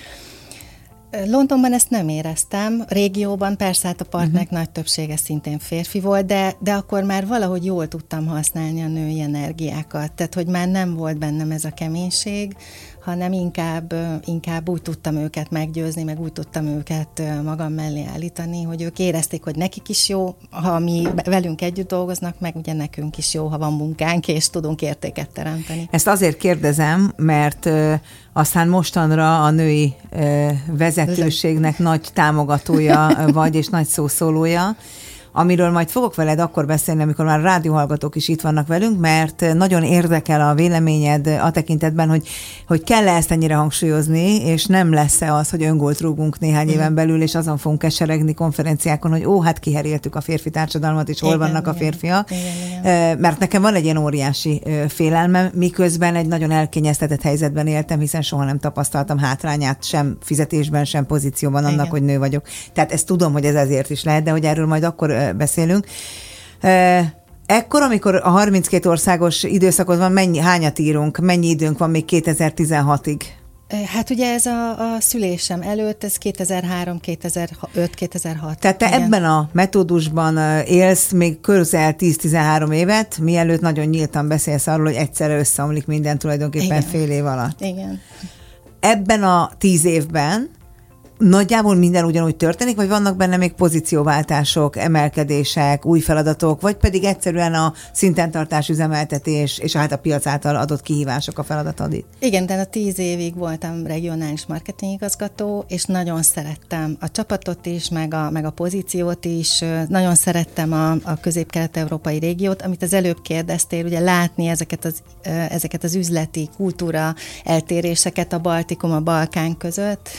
Londonban ezt nem éreztem, régióban persze hát a partnerek uh-huh. nagy többsége szintén férfi volt, de, de akkor már valahogy jól tudtam használni a női energiákat, tehát hogy már nem volt bennem ez a keménység, hanem inkább, inkább úgy tudtam őket meggyőzni, meg úgy tudtam őket magam mellé állítani, hogy ők érezték, hogy nekik is jó, ha mi velünk együtt dolgoznak, meg ugye nekünk is jó, ha van munkánk, és tudunk értéket teremteni. Ezt azért kérdezem, mert ö, aztán mostanra a női ö, vezetőségnek nagy támogatója vagy, és nagy szószólója, amiről majd fogok veled akkor beszélni, amikor már rádióhallgatók is itt vannak velünk, mert nagyon érdekel a véleményed a tekintetben, hogy, hogy kell-e ezt ennyire hangsúlyozni, és nem lesz-e az, hogy öngolt rúgunk néhány éven belül, és azon fogunk keseregni konferenciákon, hogy ó, hát kiheréltük a férfi társadalmat, és hol igen, vannak igen, a férfiak. Igen, igen. Mert nekem van egy ilyen óriási félelmem, miközben egy nagyon elkényeztetett helyzetben éltem, hiszen soha nem tapasztaltam hátrányát sem fizetésben, sem pozícióban annak, igen. hogy nő vagyok. Tehát ezt tudom, hogy ez ezért is lehet, de hogy erről majd akkor beszélünk. Ekkor, amikor a harminckét országos időszakod van, mennyi, hányat írunk, mennyi időnk van még kétezer-tizenhatig? Hát ugye ez a, a szülésem előtt, ez kétezer-három, kétezer-öt, kétezer-hat. Tehát te igen. ebben a metódusban élsz még közel tíz-tizenhárom évet, mielőtt nagyon nyíltan beszélsz arról, hogy egyszerre összeomlik minden tulajdonképpen igen. fél év alatt. Igen. Ebben a tíz évben nagyjából minden ugyanúgy történik, vagy vannak benne még pozícióváltások, emelkedések, új feladatok, vagy pedig egyszerűen a szintentartás, üzemeltetés és hát a piac által adott kihívások a feladatod itt? Igen, de a tíz évig voltam regionális marketingigazgató, és nagyon szerettem a csapatot is, meg a, meg a pozíciót is, nagyon szerettem a, a közép-kelet-európai régiót, amit az előbb kérdeztél, ugye látni ezeket az, ezeket az üzleti kultúra eltéréseket a Baltikum, a Balkán között,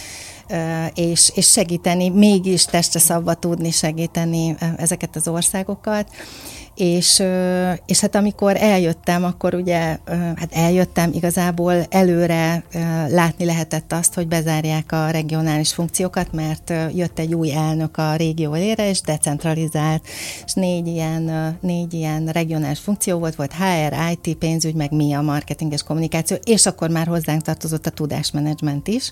És, és segíteni, mégis testre szabva tudni segíteni ezeket az országokat. És, és hát amikor eljöttem, akkor ugye, hát eljöttem igazából előre látni lehetett azt, hogy bezárják a regionális funkciókat, mert jött egy új elnök a régió élére, és decentralizált, és négy ilyen, négy ilyen regionális funkció volt, volt há er, i té, pénzügy, meg mi a marketing és kommunikáció, és akkor már hozzánk tartozott a tudásmenedzsment is.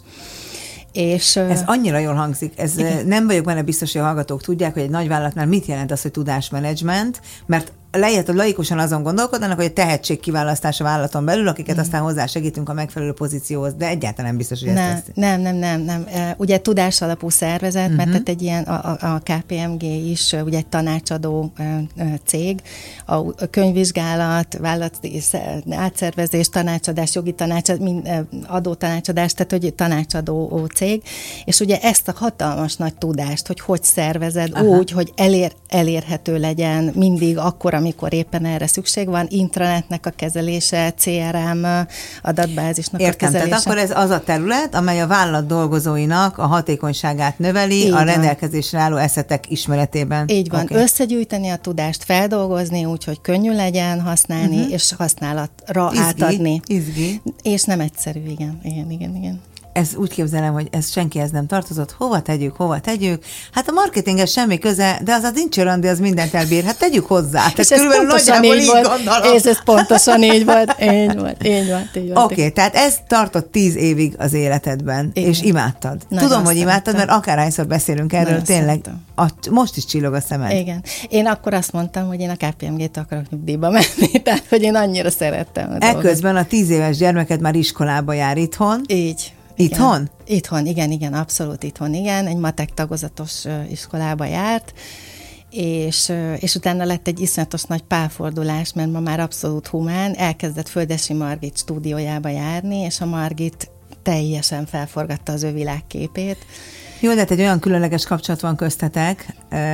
És, ez annyira jól hangzik. Ez nem vagyok benne biztos, hogy a hallgatók tudják, hogy egy nagyvállalatnál mit jelent az, hogy tudásmenedzsment, mert lehet, hogy laikusan azon gondolkodnak, hogy a tehetségkiválasztás a vállalaton belül, akiket mm. aztán hozzásegítünk a megfelelő pozícióhoz, de egyáltalán nem biztos, hogy nem, ezt teszi. Nem, nem, nem, nem. Ugye tudás alapú szervezet, mm-hmm. mert egy ilyen, a, a ká pé em gé is ugye egy tanácsadó cég, a könyvvizsgálat, vállalati átszervezés, tanácsadás, jogi tanácsadás, adótanácsadás, tehát hogy tanácsadó cég, és ugye ezt a hatalmas nagy tudást, hogy hogy szervezed Aha. úgy, hogy elér, elérhető legyen mindig akkor, amikor éppen erre szükség van, intranetnek a kezelése, cé er em adatbázisnak Értem, a kezelése. Tehát akkor ez az a terület, amely a vállalat dolgozóinak a hatékonyságát növeli Így a van. rendelkezésre álló eszetek ismeretében. Így van, okay. Összegyűjteni a tudást, feldolgozni úgy, hogy könnyű legyen használni, uh-huh. és használatra Izgi. átadni. Izgi. És nem egyszerű, igen, igen, igen, igen. Ez úgy képzelem, hogy ez senkihez nem tartozott. Hova tegyük, hova tegyük? Hát a marketinghez semmi köze, de az a dincsörandi az mindent elbír. Hát tegyük hozzá. És ez pontosan így, így volt. És ez pontosan így volt. Így volt, így volt, így volt. Oké, okay, tehát ez tartott tíz évig az életedben, Igen. és imádtad. Nagyon Tudom, hogy imádtad, mert akárhányszor beszélünk erről, Nagyon tényleg a, most is csillog a szemed. Igen. Én akkor azt mondtam, hogy én a ká pé em gé-től akarok nyugdíjba menni, tehát hogy én annyira szerettem. A Ekközben a tíz éves gyermeked már iskolába jár itthon. Így. Itthon? Igen. Itthon, igen, igen, abszolút itthon, igen. Egy matek tagozatos iskolába járt, és, és utána lett egy iszonyatos nagy pálfordulás, mert ma már abszolút humán, elkezdett Földessy Margit stúdiójába járni, és a Margit teljesen felforgatta az ő világképét. Jó, de egy olyan különleges kapcsolat van köztetek,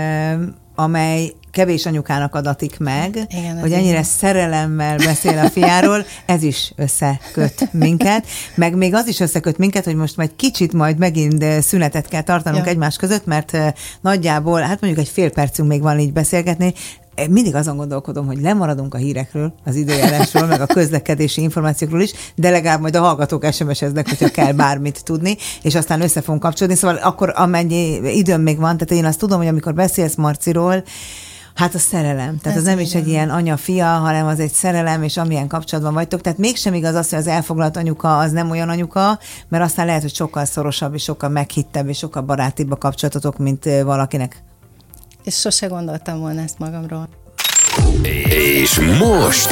amely kevés anyukának adatik meg, Igen, hogy ennyire így. szerelemmel beszél a fiáról, ez is összeköt minket, meg még az is összeköt minket, hogy most majd kicsit majd megint szünetet kell tartanunk ja. egymás között, mert nagyjából, hát mondjuk egy fél percünk még van így beszélgetni. Mindig azon gondolkodom, hogy lemaradunk a hírekről, az időjárásról, meg a közlekedési információkról is, de legalább majd a hallgatók es em es-eznek, hogyha kell bármit tudni, és aztán össze fogunk kapcsolódni. Szóval akkor amennyi időm még van, tehát én azt tudom, hogy amikor beszélsz Marciról, hát a szerelem. Tehát Ez az nem is egy ilyen anya-fia, hanem az egy szerelem, és amilyen kapcsolatban vagytok. Tehát mégsem igaz az, hogy az elfoglalt anyuka az nem olyan anyuka, mert aztán lehet, hogy sokkal szorosabb, és sokkal meghittebb, és sokkal barátibb a kapcsolatotok, mint valakinek. És sose gondoltam volna ezt magamról. És most...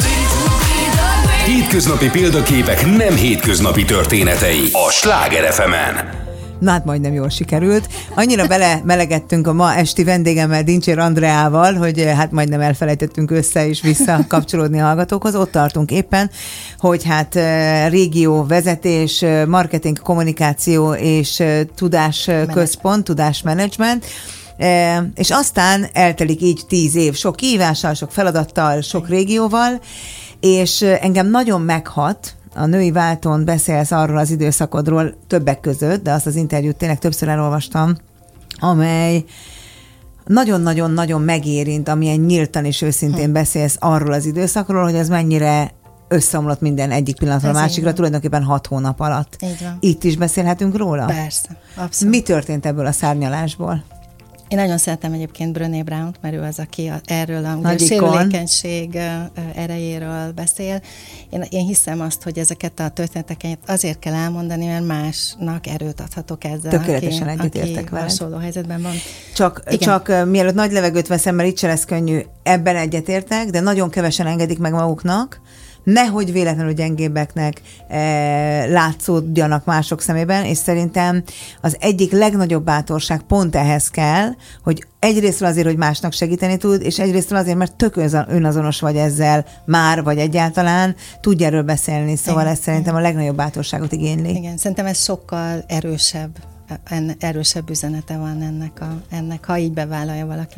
Hétköznapi példaképek nem hétköznapi történetei a Sláger ef emen. Na hát majdnem jól sikerült. Annyira bele melegettünk a ma esti vendégemmel, Dincsér Andreával, hogy hát majdnem elfelejtettünk össze és visszakapcsolódni a hallgatókhoz. Ott tartunk éppen, hogy hát régió vezetés, marketing, kommunikáció és tudásközpont, tudásmenedzsment. E, és aztán eltelik így tíz év, sok kihívással, sok feladattal, sok régióval, és engem nagyon meghat, a Női Váltón beszélsz arról az időszakodról többek között, de azt az interjút tényleg többször elolvastam, amely nagyon-nagyon-nagyon megérint, amilyen nyíltan és őszintén hm. beszélsz arról az időszakról, hogy ez mennyire összeomlott minden egyik pillanatra a másikra, tulajdonképpen hat hónap alatt. Itt is beszélhetünk róla? Persze, abszolút. Mi történt ebből a szárnyalásból? Én nagyon szeretem egyébként Brené Brownt, mert ő az, aki a, erről a sérülékenység erejéről beszél. Én, én hiszem azt, hogy ezeket a történeteket azért kell elmondani, mert másnak erőt adhatok ezzel, Tökéletesen aki, egyetértek aki veled. hasonló helyzetben van. Csak, csak mielőtt nagy levegőt veszem, mert itt se lesz könnyű, ebben egyetértek, de nagyon kevesen engedik meg maguknak, nehogy véletlenül gyengébbeknek e, látszódjanak mások szemében, és szerintem az egyik legnagyobb bátorság pont ehhez kell, hogy egyrésztről azért, hogy másnak segíteni tud, és egyrésztről azért, mert tök önazonos vagy ezzel már, vagy egyáltalán tudj erről beszélni, szóval Igen. ez szerintem a legnagyobb bátorságot igényli. Igen, szerintem ez sokkal erősebb, erősebb üzenete van ennek, a, ennek, ha így bevállalja valaki.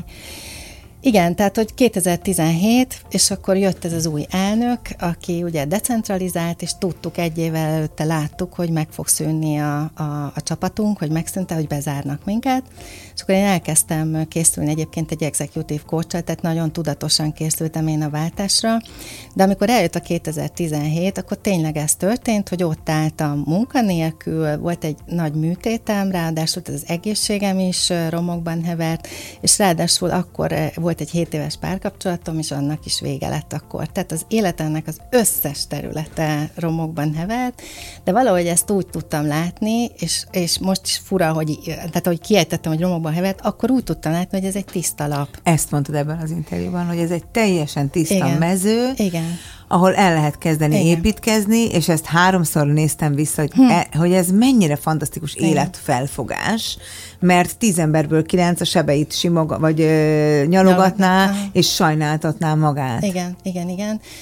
Igen, tehát, hogy kétezer-tizenhét, és akkor jött ez az új elnök, aki ugye decentralizált, és tudtuk egy évvel előtte láttuk, hogy meg fog szűnni a, a, a csapatunk, hogy megszűnte, hogy bezárnak minket, és akkor én elkezdtem készülni egyébként egy executive coach-al, tehát nagyon tudatosan készültem én a váltásra, de amikor eljött a kétezer-tizenhét, akkor tényleg ez történt, hogy ott álltam munkanélkül, volt egy nagy műtétem, ráadásul az egészségem is romokban hevert, és ráadásul akkor volt egy hét éves párkapcsolatom, és annak is vége lett akkor. Tehát az életemnek az összes területe romokban hevert, de valahogy ezt úgy tudtam látni, és, és most is fura, hogy, tehát hogy kiejtettem, hogy romokban hevert, akkor úgy tudtam látni, hogy ez egy tiszta lap. Ezt mondtad ebben az interjúban, hogy ez egy teljesen tiszta Igen. mező, Igen. ahol el lehet kezdeni Igen. építkezni, és ezt háromszor néztem vissza, hogy, hm. e, hogy ez mennyire fantasztikus Igen. életfelfogás, mert tíz emberből kilenc a sebeit simog, vagy ö, nyalogatná, Nyalogatná. és sajnáltatná magát. Igen, igen, igen.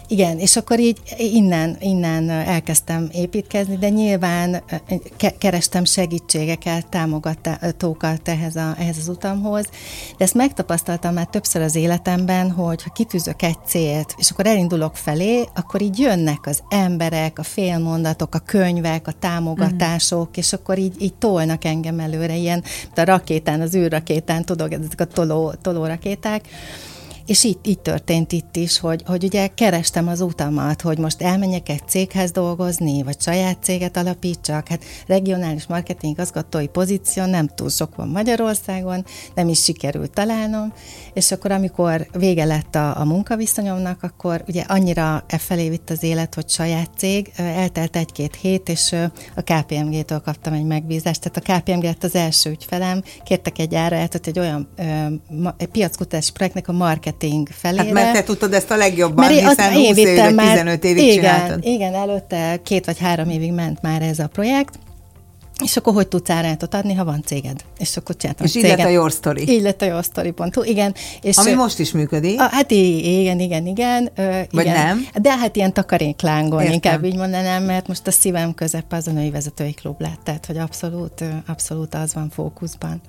Igen, és akkor így innen, innen elkezdtem építkezni, de nyilván ke- kerestem segítségeket, támogatókat ehhez, a, ehhez az utamhoz, de ezt megtapasztaltam már többször az életemben, hogy ha kitűzök egy célt, és akkor elindulok felé, akkor így jönnek az emberek, a félmondatok, a könyvek, a támogatások, mm. és akkor így, így tolnak engem előre, ilyen, a rakétán, az űrrakétán, tudod, ezek a toló, tolórakéták. És így, így történt itt is, hogy, hogy ugye kerestem az utamat, hogy most elmenjek egy céghez dolgozni, vagy saját céget alapítsak. Hát regionális marketing igazgatói pozíció nem túl sok van Magyarországon, nem is sikerült találnom, és akkor amikor vége lett a, a munkaviszonyomnak, akkor ugye annyira e felé vitt az élet, hogy saját cég, eltelt egy-két hét, és a ká pé em gé-től kaptam egy megbízást, tehát a ká pé em gé lett az első ügyfelem, kértek egy áraját, egy olyan egy piackutatási projektnek a marketing felére. Hát mert te tudtad ezt a legjobban, mert hiszen húsz évig, már, tizenöt évig igen, csináltad. Igen, előtte két vagy három évig ment már ez a projekt, és akkor hogy tudsz árátot adni, ha van céged? És akkor csináltam És így lett a Your Story. Így lett a Your Story pont hu, igen. És ami most is működik. A, hát igen, igen, igen. Vagy igen. nem? De hát ilyen takaréklángon, Értem. inkább így mondanám, mert most a szívem közepe az a női vezetői klub lett, tehát hogy abszolút, abszolút az van fókuszban.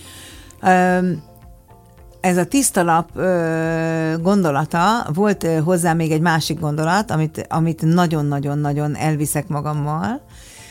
Um, Ez a tiszta lap ö, gondolata, volt ö, hozzá még egy másik gondolat, amit, amit nagyon-nagyon-nagyon elviszek magammal.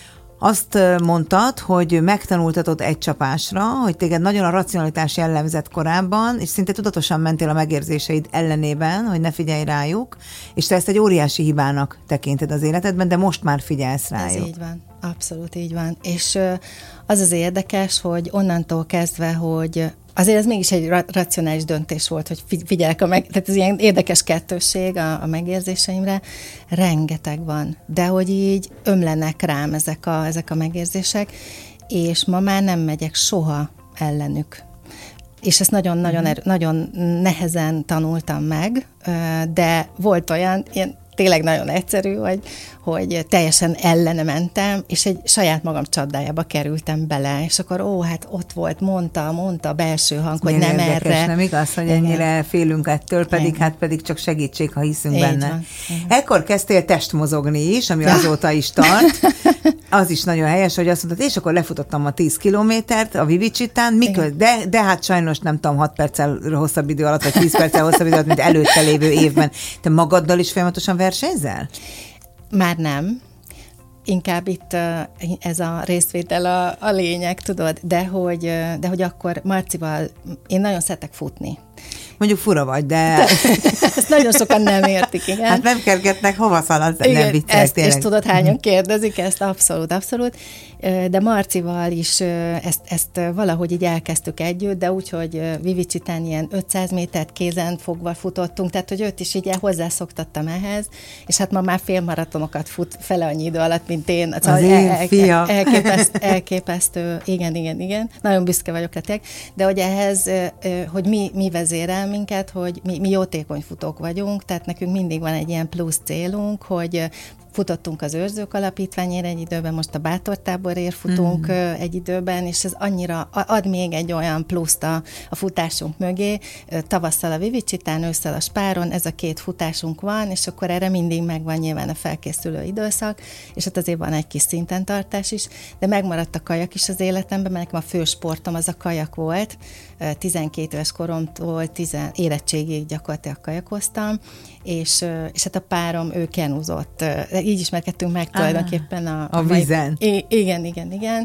Azt ö, mondtad, hogy megtanultatod egy csapásra, hogy téged nagyon a racionalitás jellemzett korábban, és szinte tudatosan mentél a megérzéseid ellenében, hogy ne figyelj rájuk, és te ezt egy óriási hibának tekinted az életedben, de most már figyelsz rájuk. Ez így van, abszolút így van. És ö, az az érdekes, hogy onnantól kezdve, hogy azért ez mégis egy ra- racionális döntés volt, hogy figyelek a meg... Tehát ez ilyen érdekes kettősség a, a megérzéseimre. Rengeteg van, de hogy így ömlenek rám ezek a, ezek a megérzések, és ma már nem megyek soha ellenük. És ezt nagyon-nagyon erő, nagyon nehezen tanultam meg, de volt olyan, ilyen tényleg nagyon egyszerű, hogy, hogy teljesen ellene mentem, és egy saját magam csapdájába kerültem bele, és akkor ó, hát ott volt, mondta, mondta a belső hang, hogy nem érdekes, erre. Nem igaz, hogy ennyire igen. félünk ettől, pedig igen. hát pedig csak segítség, ha hiszünk így benne. Van. Ekkor kezdtél testmozogni is, ami azóta is tart. Az is nagyon helyes, hogy azt mondtad, és akkor lefutottam a tíz kilométert a Vivicsitán, mikor, de, de hát sajnos nem tudom, hat perccel hosszabb idő alatt, vagy tíz perccel hosszabb idő alatt, mint előtte lévő évben. Te magaddal is folyamatosan versenyzel? Már nem. Inkább itt ez a részvétel a, a lényeg, tudod, de hogy, de hogy akkor Marcival én nagyon szeretek futni. Mondjuk fura vagy, de... Ezt nagyon sokan nem értik, igen. Hát nem kergetnek, hova szaladsz, nem viccelek ezt, és tudod, hányan kérdezik ezt, abszolút, abszolút. De Marcival is ezt, ezt valahogy így elkezdtük együtt, de úgy, hogy Vivicsitán ilyen ötszáz métert kézen fogva futottunk, tehát hogy őt is így hozzászoktattam ehhez, és hát ma már félmaratonokat fut fele annyi idő alatt, mint én. Az, az én el, fia. Elképesztő, elképesztő, igen, igen, igen. Nagyon büszke vagyok retek, de hogy ehhez, hogy mi, mi vezérel minket, hogy mi, mi jótékony futók vagyunk, tehát nekünk mindig van egy ilyen plusz célunk, hogy futottunk az Őrzők Alapítványért egy időben, most a Bátortáborért futunk mm. egy időben, és ez annyira ad még egy olyan pluszt a, a futásunk mögé. Tavasszal a Vivicsitán, ősszel a Spáron, ez a két futásunk van, és akkor erre mindig megvan nyilván a felkészülő időszak, és hát azért van egy kis szinten tartás is, de megmaradt a kajak is az életemben, mert nekem a fő sportom az a kajak volt. tizenkét éves koromtól tizen érettségig gyakorlatilag kajakoztam, és, és hát a párom, ő kenúzott. Így ismerkedtünk meg tulajdonképpen a, a, a vízen. Mai, igen, igen, igen.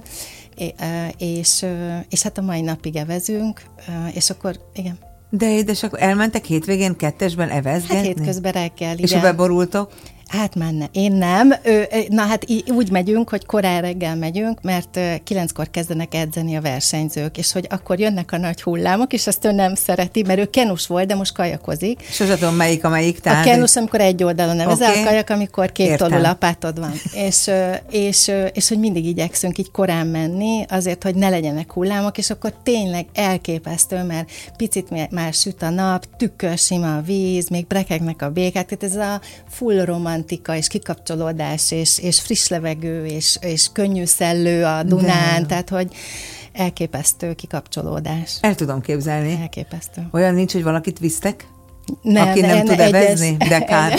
És, és hát a mai napig evezünk, és akkor igen. De édes, akkor elmentek hétvégén kettesben evezgetni? Hát hétközben reggel, igen. És ha beborultok? Hát már ne. Én nem. Na hát úgy megyünk, hogy korán reggel megyünk, mert kilenckor kezdenek edzeni a versenyzők, és hogy akkor jönnek a nagy hullámok, és azt ő nem szereti, mert ő kenus volt, de most kajakozik. Sose tudom, melyik a melyik. Tehát... A kenus, amikor egy oldalon nevezel, okay. A kajak, amikor két tollú lapátod van. és, és, és hogy mindig igyekszünk így korán menni, azért, hogy ne legyenek hullámok, és akkor tényleg elképesztő, mert picit már süt a nap, tükörsima a víz, még brekegnek a békák, tehát ez a full romantika és kikapcsolódás, és, és friss levegő, és, és könnyű szellő a Dunán, de. Tehát, hogy elképesztő kikapcsolódás. El tudom képzelni. Elképesztő. Olyan nincs, hogy valakit visztek? Nem, aki nem, nem tud evezni? De kár.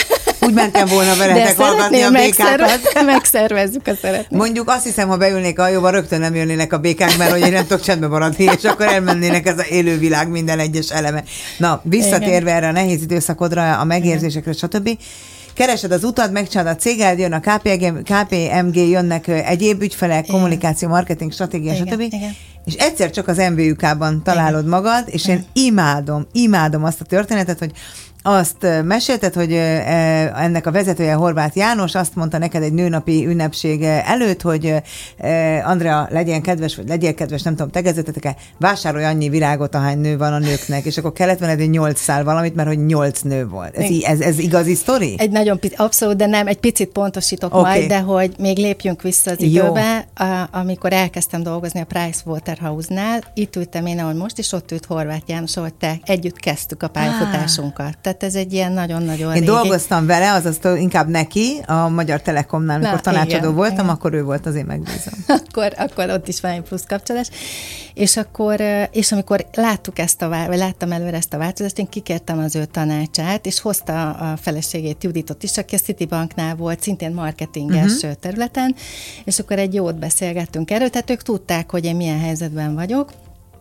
Úgy mentem volna veletek hallgatni a békákat. Megszervezzük a szeretnék. Mondjuk azt hiszem, ha beülnék a hajóba, rögtön nem jönnének a békák, mert hogy én nem tudok csendben maradni, és akkor elmennének ez az élővilág minden egyes eleme. Na, visszatérve igen. erre a nehéz időszakodra, a megérzésekre, stb. Keresed az utat, megcsinálod a céged, jön a ká pé em gé, jönnek egyéb ügyfelek, igen. kommunikáció, marketing, stratégia, igen, stb. Igen. És egyszer csak az em vé u ká-ban találod igen. magad, és igen. én imádom, imádom azt a történetet, hogy azt mesélted, hogy ennek a vezetője Horváth János azt mondta neked egy nőnapi ünnepség előtt, hogy Andrea, legyen kedves, vagy legyél kedves, nem tudom, tegezzetetek-e, vásárolj annyi virágot, ahány nő van a nőknek, és akkor kellett venned egy nyolc szál valamit, mert hogy nyolc nő volt. Ez, ez, ez igazi sztori? Egy nagyon picit, abszolút, de nem, egy picit pontosítok okay. majd, de hogy még lépjünk vissza az időbe, a, amikor elkezdtem dolgozni a Pricewaterhouse-nál, itt ültem én, ahogy most, és ott ült Horváth János, ahogy te együtt kezdtük a pályafutásunkat. Tehát ez egy ilyen nagyon-nagyon Én régi. dolgoztam vele, azaz inkább neki, a Magyar Telekomnál, amikor tanácsadó igen, voltam, igen. akkor ő volt az én megbízom. akkor, akkor ott is van egy plusz kapcsolás. És akkor, és amikor láttuk ezt a, vagy láttam előre ezt a változást, én kikértem az ő tanácsát, és hozta a feleségét, Juditot is, aki a Citibanknál volt, szintén marketinges uh-huh. területen, és akkor egy jót beszélgettünk erről, tehát ők tudták, hogy én milyen helyzetben vagyok,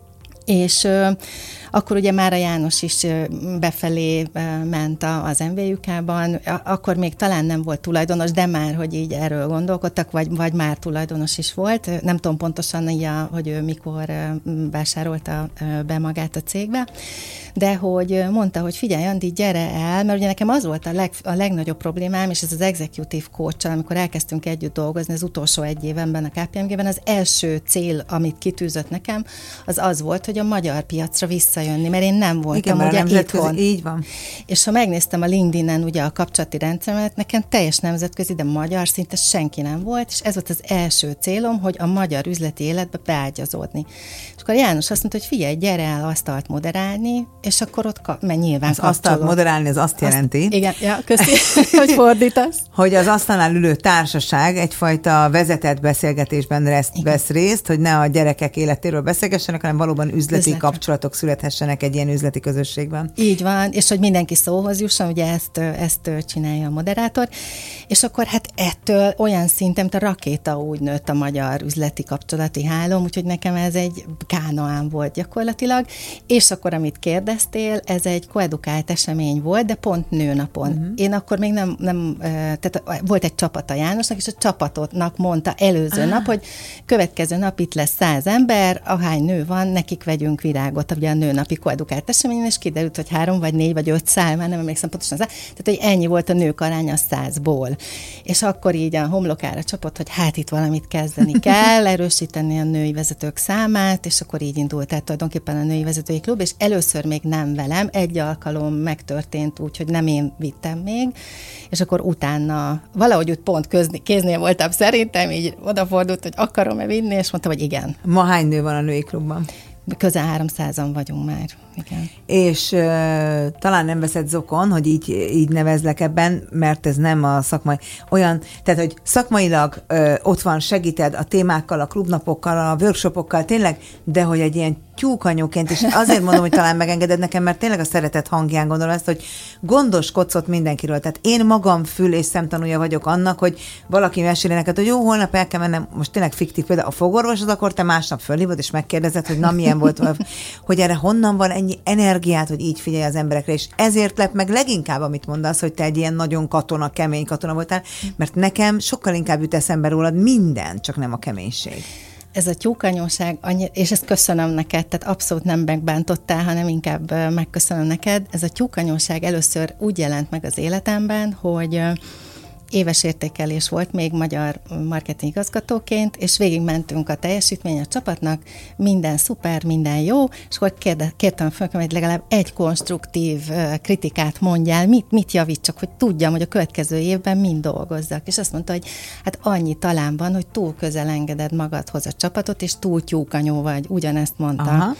és ö, akkor ugye már a János is ö, befelé ö, ment a, az em vé u ká-ban, akkor még talán nem volt tulajdonos, de már, hogy így erről gondolkodtak, vagy, vagy már tulajdonos is volt. Nem tudom pontosan, ja, hogy ő mikor ö, vásárolta ö, be magát a cégbe, de hogy mondta, hogy figyelj, Andi, gyere el, mert ugye nekem az volt a, leg, a legnagyobb problémám, és ez az executive coach-al, amikor elkezdtünk együtt dolgozni az utolsó egy évenben a ká pé em gében, az első cél, amit kitűzött nekem, az az volt, hogy a magyar piacra visszajönni, mert én nem voltam igen, ugye itthon. Így van. És ha megnéztem a LinkedIn-en ugye a kapcsolati rendszeremet, nekem teljes nemzetközi, de magyar szinte senki nem volt, és ez volt az első célom, hogy a magyar üzleti életbe beágyazódni. És akkor János azt mondta, hogy figyelj, gyere el asztalt moderálni, és akkor ott ka- mert nyilván az asztalt moderálni, az azt jelenti. Azt, igen, ja, köszi, hogy fordítasz. Hogy az asztalnál ülő társaság egyfajta vezetett beszélgetésben vesz, vesz részt, hogy ne a gyerekek életéről beszélgessenek, hanem valóban üzleti Üzletre. kapcsolatok születhessenek egy ilyen üzleti közösségben. Így van, és hogy mindenki szóhoz jusson, ugye ezt, ezt csinálja a moderátor, és akkor hát ettől olyan szinten, mint a rakéta úgy nőtt a magyar üzleti kapcsolati hálóm, úgyhogy nekem ez egy kánoán volt gyakorlatilag, és akkor, amit kérdeztél, ez egy koedukált esemény volt, de pont nőnapon. Uh-huh. Én akkor még nem, nem, tehát volt egy csapat a Jánosnak, és a csapatotnak mondta előző ah. nap, hogy következő nap itt lesz száz ember, ahány nő van, nekik vegyünk virágot, ugye a nőnapi koedukált eseményen, és kiderült, hogy három, vagy négy, vagy öt szál, már nem emlékszem pontosan, tehát hogy ennyi volt a nők aránya százból. És akkor így a homlokára csapott, hogy hát itt valamit kezdeni kell, erősíteni a női vezetők számát, és akkor így indult el tulajdonképpen a női vezetői klub, és először még nem velem, egy alkalom megtörtént úgy, hogy nem én vittem még, és akkor utána valahogy úgy pont közni, kéznél voltam szerintem, így odafordult, hogy akarom-e vinni, és mondtam, hogy igen. Ma hány nő van a női klubban? Közel háromszázan vagyunk már. Igen. És uh, talán nem veszed zokon, hogy így, így nevezlek ebben, mert ez nem a szakmai, olyan, tehát, hogy szakmailag uh, ott van, segíted a témákkal, a klubnapokkal, a workshopokkal, tényleg, de hogy egy ilyen tyúkanyóként, és azért mondom, hogy talán megengeded nekem, mert tényleg a szeretet hangján gondolom ezt, hogy gondoskodsz ott mindenkiről. Tehát én magam fül és szemtanúja vagyok annak, hogy valaki meséli neked, hogy jó, holnap el kell mennem, most tényleg fiktív például a fogorvosod, akkor te másnap fölhívod, és megkérdezed, hogy na milyen volt, hogy erre honnan van ennyi energiát, hogy így figyelj az emberekre, és ezért lep meg leginkább, amit mondasz, hogy te egy ilyen nagyon katona, kemény katona voltál, mert nekem sokkal inkább jut eszembe rólad minden, csak nem a keménység. Ez a tyúkanyóság, és ezt köszönöm neked, tehát abszolút nem megbántottál, hanem inkább megköszönöm neked. Ez a tyúkanyóság először úgy jelent meg az életemben, hogy éves értékelés volt még magyar marketing igazgatóként, és végigmentünk a teljesítmény a csapatnak, minden szuper, minden jó, és akkor kérde, kértem föl, hogy legalább egy konstruktív kritikát mondjál, mit, mit javítsak, hogy tudjam, hogy a következő évben mind dolgozzak. És azt mondta, hogy hát annyi talán van, hogy túl közel engeded magadhoz a csapatot, és túl tyúkanyó vagy, ugyanezt mondta. Aha.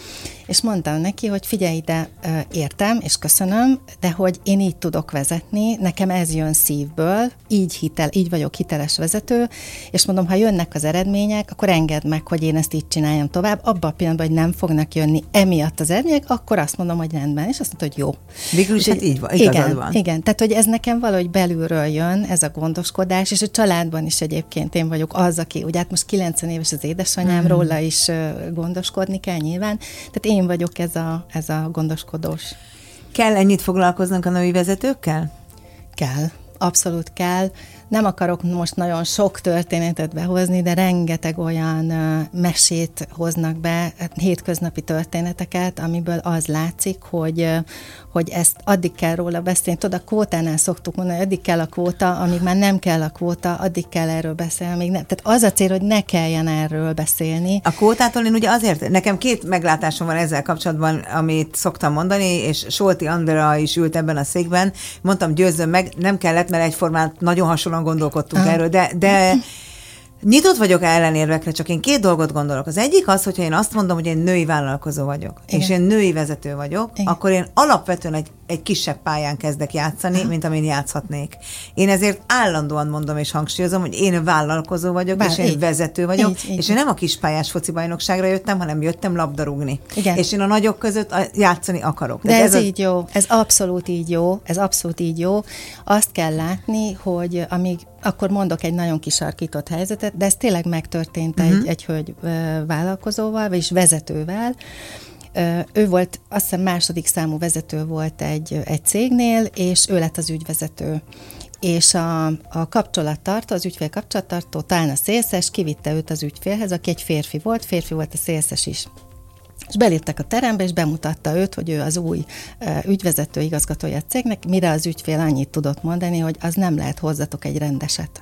és mondtam neki, hogy figyelj ide, értem, és köszönöm, de hogy én így tudok vezetni, nekem ez jön szívből, így hitel, így vagyok hiteles vezető, és mondom, ha jönnek az eredmények, akkor engedd meg, hogy én ezt így csináljam tovább. Abban a pillanatban, hogy nem fognak jönni emiatt az eredmények, akkor azt mondom, hogy rendben, és azt mondta, hogy jó. Végül is hát így van, igazad igen, van. Igen, tehát hogy ez nekem valahogy belülről jön, ez a gondoskodás, és a családban is egyébként én vagyok az, aki, ugye hát most kilencven éves az édesanyám, mm. róla is gondoskodni kell nyilván, tehát én vagyok ez a, ez a gondoskodós. Kell ennyit foglalkoznunk a női vezetőkkel? Kell, abszolút kell. Nem akarok most nagyon sok történetet behozni, de rengeteg olyan uh, mesét hoznak be, hétköznapi történeteket, amiből az látszik, hogy, uh, hogy ezt addig kell róla beszélni. Tudod, a kvótánál szoktuk mondani, hogy addig kell a kvóta, amíg már nem kell a kvóta, addig kell erről beszélni. Amíg nem. Tehát az a cél, hogy ne kelljen erről beszélni. A kvótától én ugye azért, nekem két meglátásom van ezzel kapcsolatban, amit szoktam mondani, és Solti Andrea is ült ebben a székben. Mondtam, győzzön meg, nem kellett, mert egyformán nagyon hasonlóan gondolkodtunk ah. erről, de, de nyitott vagyok ellenérvekre, csak én két dolgot gondolok. Az egyik az, hogyha én azt mondom, hogy én női vállalkozó vagyok, igen. és én női vezető vagyok, igen. akkor én alapvetően egy, egy kisebb pályán kezdek játszani, mint amin játszhatnék. Én ezért állandóan mondom és hangsúlyozom, hogy én vállalkozó vagyok, Bár, és én így. vezető vagyok, így, így. és én nem a kispályás focibajnokságra jöttem, hanem jöttem labdarúgni. Igen. És én a nagyok között játszani akarok. De, de ez, ez így a... jó, ez abszolút így jó, ez abszolút így jó. Azt kell látni, hogy amíg akkor mondok egy nagyon kisarkított helyzetet, de ez tényleg megtörtént uh-huh. egy, egy hölgy vállalkozóval, vagyis vezetővel. Ő volt, azt hiszem második számú vezető volt egy, egy cégnél, és ő lett az ügyvezető. És a, a kapcsolattartó, az ügyfél kapcsolattartó, talán a szélszes, kivitte őt az ügyfélhez, aki egy férfi volt, férfi volt a szélszes is. És beléptek a terembe, és bemutatta őt, hogy ő az új uh, ügyvezető igazgatója a cégnek, mire az ügyfél annyit tudott mondani, hogy az nem lehet, hozzatok egy rendeset.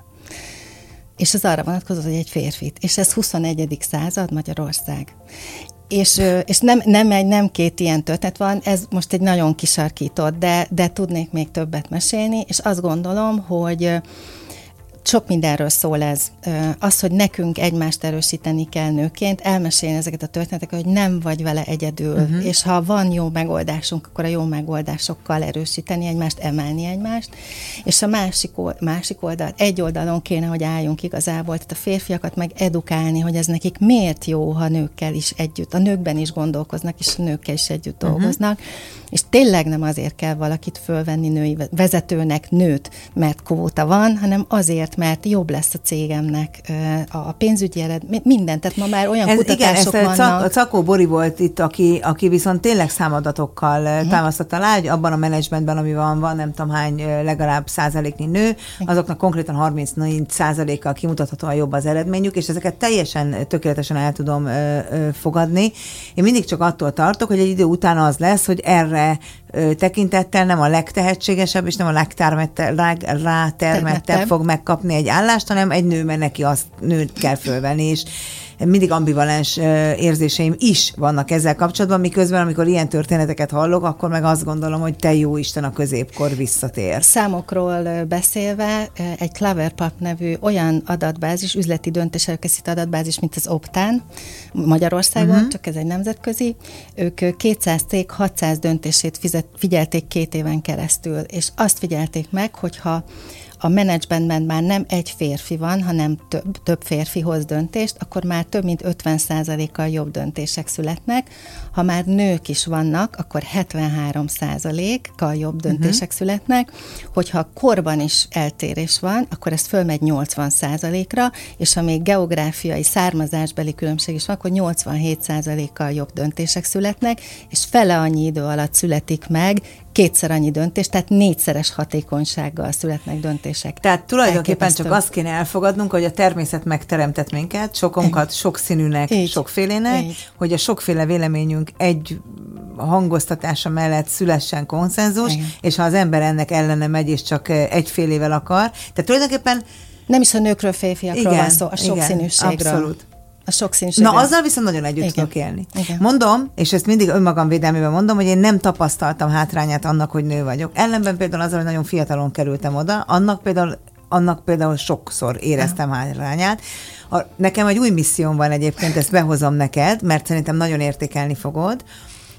És ez arra vonatkozott, hogy egy férfit. És ez huszonegyedik század Magyarország. És, és nem, nem egy, nem két ilyen történet van, ez most egy nagyon kisarkított, de, de tudnék még többet mesélni, és azt gondolom, hogy sok mindenről szól ez. Az, hogy nekünk egymást erősíteni kell nőként, elmesélni ezeket a történeteket, hogy nem vagy vele egyedül, uh-huh. és ha van jó megoldásunk, akkor a jó megoldásokkal erősíteni egymást, emelni egymást, és a másik, másik oldal, egy oldalon kéne, hogy álljunk igazából, tehát a férfiakat meg edukálni, hogy ez nekik miért jó, ha nőkkel is együtt, a nőkben is gondolkoznak, és a nőkkel is együtt uh-huh. dolgoznak, és tényleg nem azért kell valakit fölvenni női vezetőnek nőt, mert kvóta van, hanem azért, mert jobb lesz a cégemnek a pénzügyi eredmény, minden, tehát ma már olyan ez, kutatások igen, vannak. A Cakó Bori volt itt, aki, aki viszont tényleg számadatokkal uh-huh. támasztotta alá, hogy abban a menedzsmentben, ami van, van nem tudom hány, legalább százaléknyi nő, azoknak konkrétan harmincnégy százalékkal kimutathatóan jobb az eredményük, és ezeket teljesen tökéletesen el tudom ö, ö, fogadni. Én mindig csak attól tartok, hogy egy idő után az lesz, hogy erre ö, tekintettel nem a legtehetségesebb, és nem a legrátermettebb fog megkapni egy állást, hanem egy nő, mert neki azt nőt kell fölvenni, és mindig ambivalens érzéseim is vannak ezzel kapcsolatban, miközben, amikor ilyen történeteket hallok, akkor meg azt gondolom, hogy te jó Isten, a középkor visszatér. Számokról beszélve, egy Cleverpap nevű olyan adatbázis, üzleti döntésre készít adatbázis, mint az Optán Magyarországon, uh-huh. csak ez egy nemzetközi. Ők kétszáz cég hatszáz döntését fizet, figyelték két éven keresztül, és azt figyelték meg, hogyha a menedzsmentben már nem egy férfi van, hanem több, több férfi hoz döntést, akkor már több mint ötven százalékkal jobb döntések születnek. Ha már nők is vannak, akkor hetvenhárom százalékkal jobb döntések uh-huh. születnek. Hogyha korban is eltérés van, akkor ez fölmegy nyolcvan százalékra, és ha még geográfiai származásbeli különbség is van, akkor nyolcvanhét százalékkal jobb döntések születnek, és fele annyi idő alatt születik meg kétszer annyi döntés, tehát négyszeres hatékonysággal születnek döntések. Tehát tulajdonképpen csak azt kéne elfogadnunk, hogy a természet megteremtett minket, sokunkat, sokszínűnek, így. Sokfélének, így. Hogy a sokféle véleményünk egy hangoztatása mellett szülessen konszenzus, igen. és ha az ember ennek ellene megy, és csak egyfélével akar. Tehát tulajdonképpen... Nem is a nőkről, férfiakról igen, van szó, a sokszínűségről. Abszolút. A sokszínűségről. Na, azzal viszont nagyon együtt igen. tudok élni. Igen. Mondom, és ezt mindig önmagam védelmében mondom, hogy én nem tapasztaltam hátrányát annak, hogy nő vagyok. Ellenben például azzal, hogy nagyon fiatalon kerültem oda, annak például, annak például sokszor éreztem Aha. hátrányát. A, nekem egy új misszióm van egyébként, ezt behozom neked, mert szerintem nagyon értékelni fogod,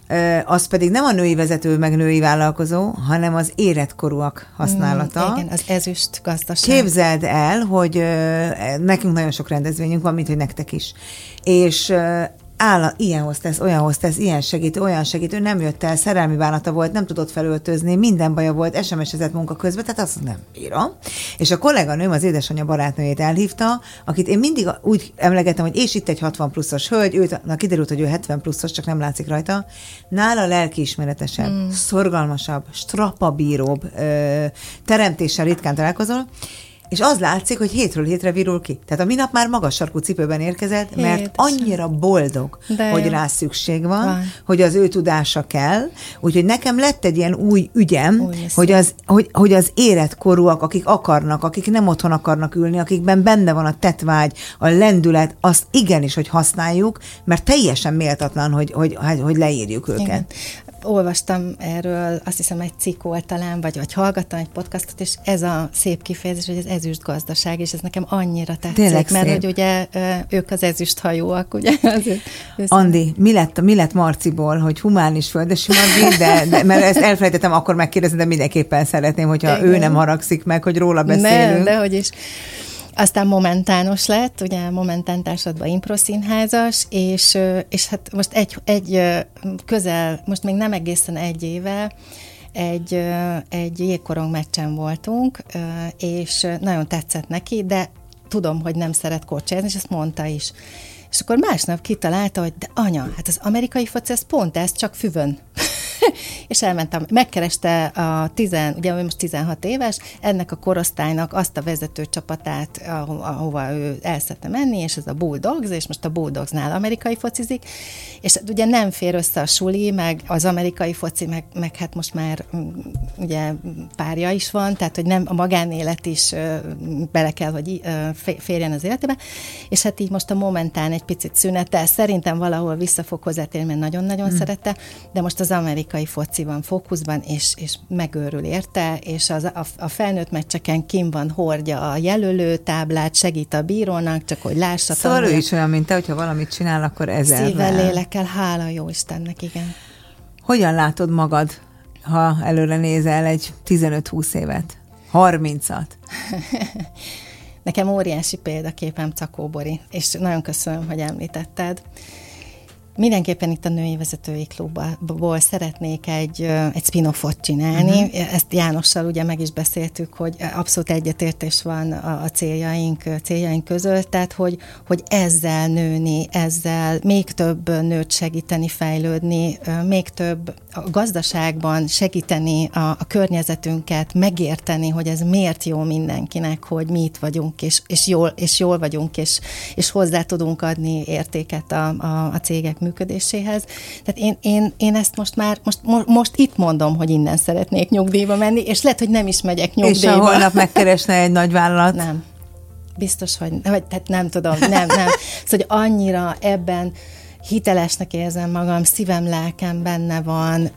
az pedig nem a női vezető meg női vállalkozó, hanem az életkorúak használata. Mm, igen, az ezüst gazdaság. Képzeld el, hogy nekünk nagyon sok rendezvényünk van, mint hogy nektek is. És áll, ilyen hoztesz, olyan hoztesz, ilyen segítő, olyan segítő, nem jött el, szerelmi bánata volt, nem tudott felöltözni, minden baja volt, es em es-ezett munka közben, tehát azt nem bírom. És a kolléganőm az édesanyja barátnőjét elhívta, akit én mindig úgy emlegetem, hogy és itt egy hatvan pluszos hölgy, őt, na kiderült, hogy ő hetven pluszos, csak nem látszik rajta, nála lelkiismeretesebb, mm. szorgalmasabb, strapabíróbb, ö, teremtéssel ritkán találkozol, és az látszik, hogy hétről hétre virul ki. Tehát a minap már magas sarkú cipőben érkezett, mert Hét. annyira boldog, De hogy jó. rá szükség van, van, hogy az ő tudása kell. Úgyhogy nekem lett egy ilyen új ügyem, új hogy, az, hogy, hogy az életkorúak, akik akarnak, akik nem otthon akarnak ülni, akikben benne van a tettvágy, a lendület, azt igenis, hogy használjuk, mert teljesen méltatlan, hogy, hogy, hogy leírjuk őket. Igen. Olvastam erről, azt hiszem egy cikk volt talán, vagy, vagy hallgattam egy podcastot, és ez a szép kifejezés, hogy az ezüst gazdaság, és ez nekem annyira tetszik, Tényleg mert szép. Hogy ugye ők az ezüst hajóak, ugye? Andi, mi lett, mi lett Marciból, hogy humán is földesi Marci, de, de, mert ezt elfelejtettem akkor megkérdezni, de mindenképpen szeretném, hogyha Igen. ő nem haragszik meg, hogy róla beszélünk. Nem, dehogy is. Aztán momentános lett, ugye Momentán társadban improszínházas, és, és hát most egy, egy közel, most még nem egészen egy éve, egy, egy jégkorong meccsen voltunk, és nagyon tetszett neki, de tudom, hogy nem szeret kocsázni, és ezt mondta is. És akkor másnap kitalálta, hogy de anya, hát az amerikai foci, ez pont ez, csak füvön. És elmentem, megkereste a tizen, ugye most tizenhat éves, ennek a korosztálynak azt a vezető csapatát, aho- ahova ő el szeretne menni, és ez a Bulldogs, és most a Bulldogsnál amerikai focizik, és ugye nem fér össze a suli, meg az amerikai foci, meg, meg hát most már ugye párja is van, tehát hogy nem a magánélet is bele kell, hogy férjen az életébe, és hát így most a Momentán egy picit szünetel, szerintem valahol vissza fog hozzátérni, mert nagyon-nagyon hmm. szerette, de most az amerikai foci van fókuszban, és, és megőrül érte, és az, a, a felnőtt meccseken kim van, hordja a jelölő táblát, segít a bírónak, csak hogy lássa. Szóval ő is olyan, mint te, hogyha valamit csinál, akkor ezzel. Szívvel, lélekkel, hála jó Istennek, igen. Hogyan látod magad, ha előre nézel egy tizenöt-húsz évet? harmincat? Nekem óriási példaképem Czakó Bori, és nagyon köszönöm, hogy említetted. Mindenképpen itt a Női Vezetői Klubból szeretnék egy, egy spin-offot csinálni. Uh-huh. Ezt Jánossal ugye meg is beszéltük, hogy abszolút egyetértés van a, a céljaink, céljaink között, tehát hogy, hogy ezzel nőni, ezzel még több nőt segíteni, fejlődni, még több a gazdaságban segíteni a, a környezetünket, megérteni, hogy ez miért jó mindenkinek, hogy mi itt vagyunk, és, és, jól, és jól vagyunk, és, és hozzá tudunk adni értéket a, a, a cégek működéséhez. Tehát én, én, én ezt most már, most, most itt mondom, hogy innen szeretnék nyugdíjba menni, és lehet, hogy nem is megyek nyugdíjba. És ha holnap megkeresne egy nagy vállalat? Nem. Biztos, hogy, vagy, tehát nem tudom, nem, nem. Szóval, hogy annyira ebben hitelesnek érzem magam, szívem, lelkem benne van,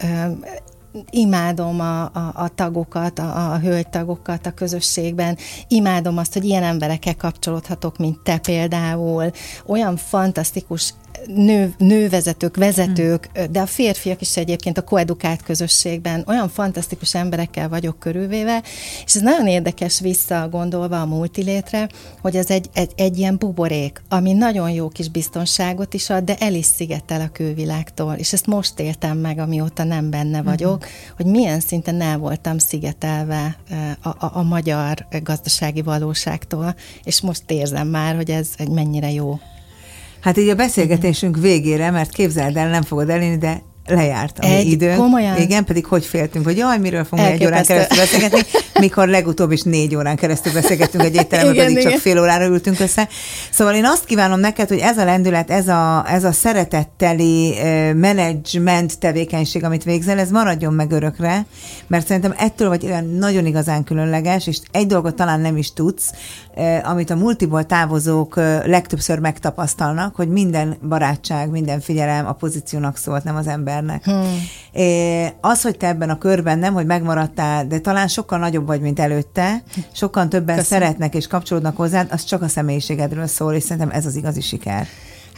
imádom a, a, a tagokat, a, a hölgytagokat a közösségben, imádom azt, hogy ilyen emberekkel kapcsolódhatok, mint te például, olyan fantasztikus nő, nővezetők, vezetők, hmm. de a férfiak is egyébként a koedukált közösségben olyan fantasztikus emberekkel vagyok körülvéve, és ez nagyon érdekes visszagondolva a multilétre, hogy ez egy, egy, egy ilyen buborék, ami nagyon jó kis biztonságot is ad, de el is szigetel a külvilágtól, és ezt most éltem meg, amióta nem benne vagyok, hmm. hogy milyen szinten el voltam szigetelve a, a, a magyar gazdasági valóságtól, és most érzem már, hogy ez mennyire jó. Hát így a beszélgetésünk végére, mert képzeld el, nem fogod elérni, de lejárt a mi időnk. Komolyan? Igen, pedig hogy féltünk, hogy jaj, miről fogunk egy órán keresztül beszélgetni, mikor legutóbb is négy órán keresztül beszélgettünk egy étteremben, pedig igen. csak fél órára ültünk össze. Szóval én azt kívánom neked, hogy ez a lendület, ez a, ez a szeretetteli uh, menedzsment tevékenység, amit végzel, ez maradjon meg örökre, mert szerintem ettől vagy olyan nagyon igazán különleges, és egy dolgot talán nem is tudsz, uh, amit a multiból távozók uh, legtöbbször megtapasztalnak, hogy minden barátság, minden figyelem a pozíciónak szólt, nem az ember. Hmm. Az, hogy te ebben a körben nem, hogy megmaradtál, de talán sokkal nagyobb vagy, mint előtte, sokkal többen Köszönöm. Szeretnek és kapcsolódnak hozzád, az csak a személyiségedről szól, és szerintem ez az igazi siker.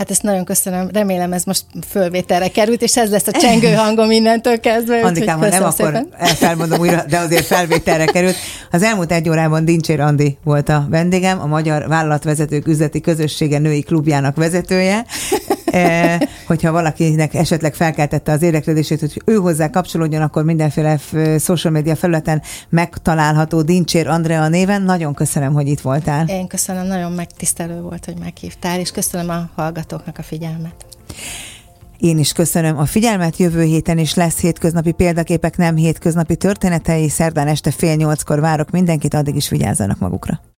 Hát ezt nagyon köszönöm. Remélem ez most fölvételre került, és ez lesz a csengő hangom innentől kezdve. Andikám, ha nem, akkor felmondom újra, de azért felvételre került. Az elmúlt egy órában Dincsér Andi volt a vendégem, a Magyar Vállalatvezetők Üzleti Közössége női klubjának vezetője. Eh, hogyha valakinek esetleg felkeltette az érdeklődését, hogy ő hozzá kapcsolódjon, akkor mindenféle social media felületen megtalálható Dincsér Andrea néven. Nagyon köszönöm, hogy itt voltál. Én köszönöm, nagyon megtisztelő volt, hogy meghívtál, és köszönöm a hallgatóknak a figyelmet. Én is köszönöm a figyelmet, jövő héten is lesz hétköznapi példaképek, nem hétköznapi történetei, szerdán este fél nyolckor várok mindenkit, addig is vigyázzanak magukra.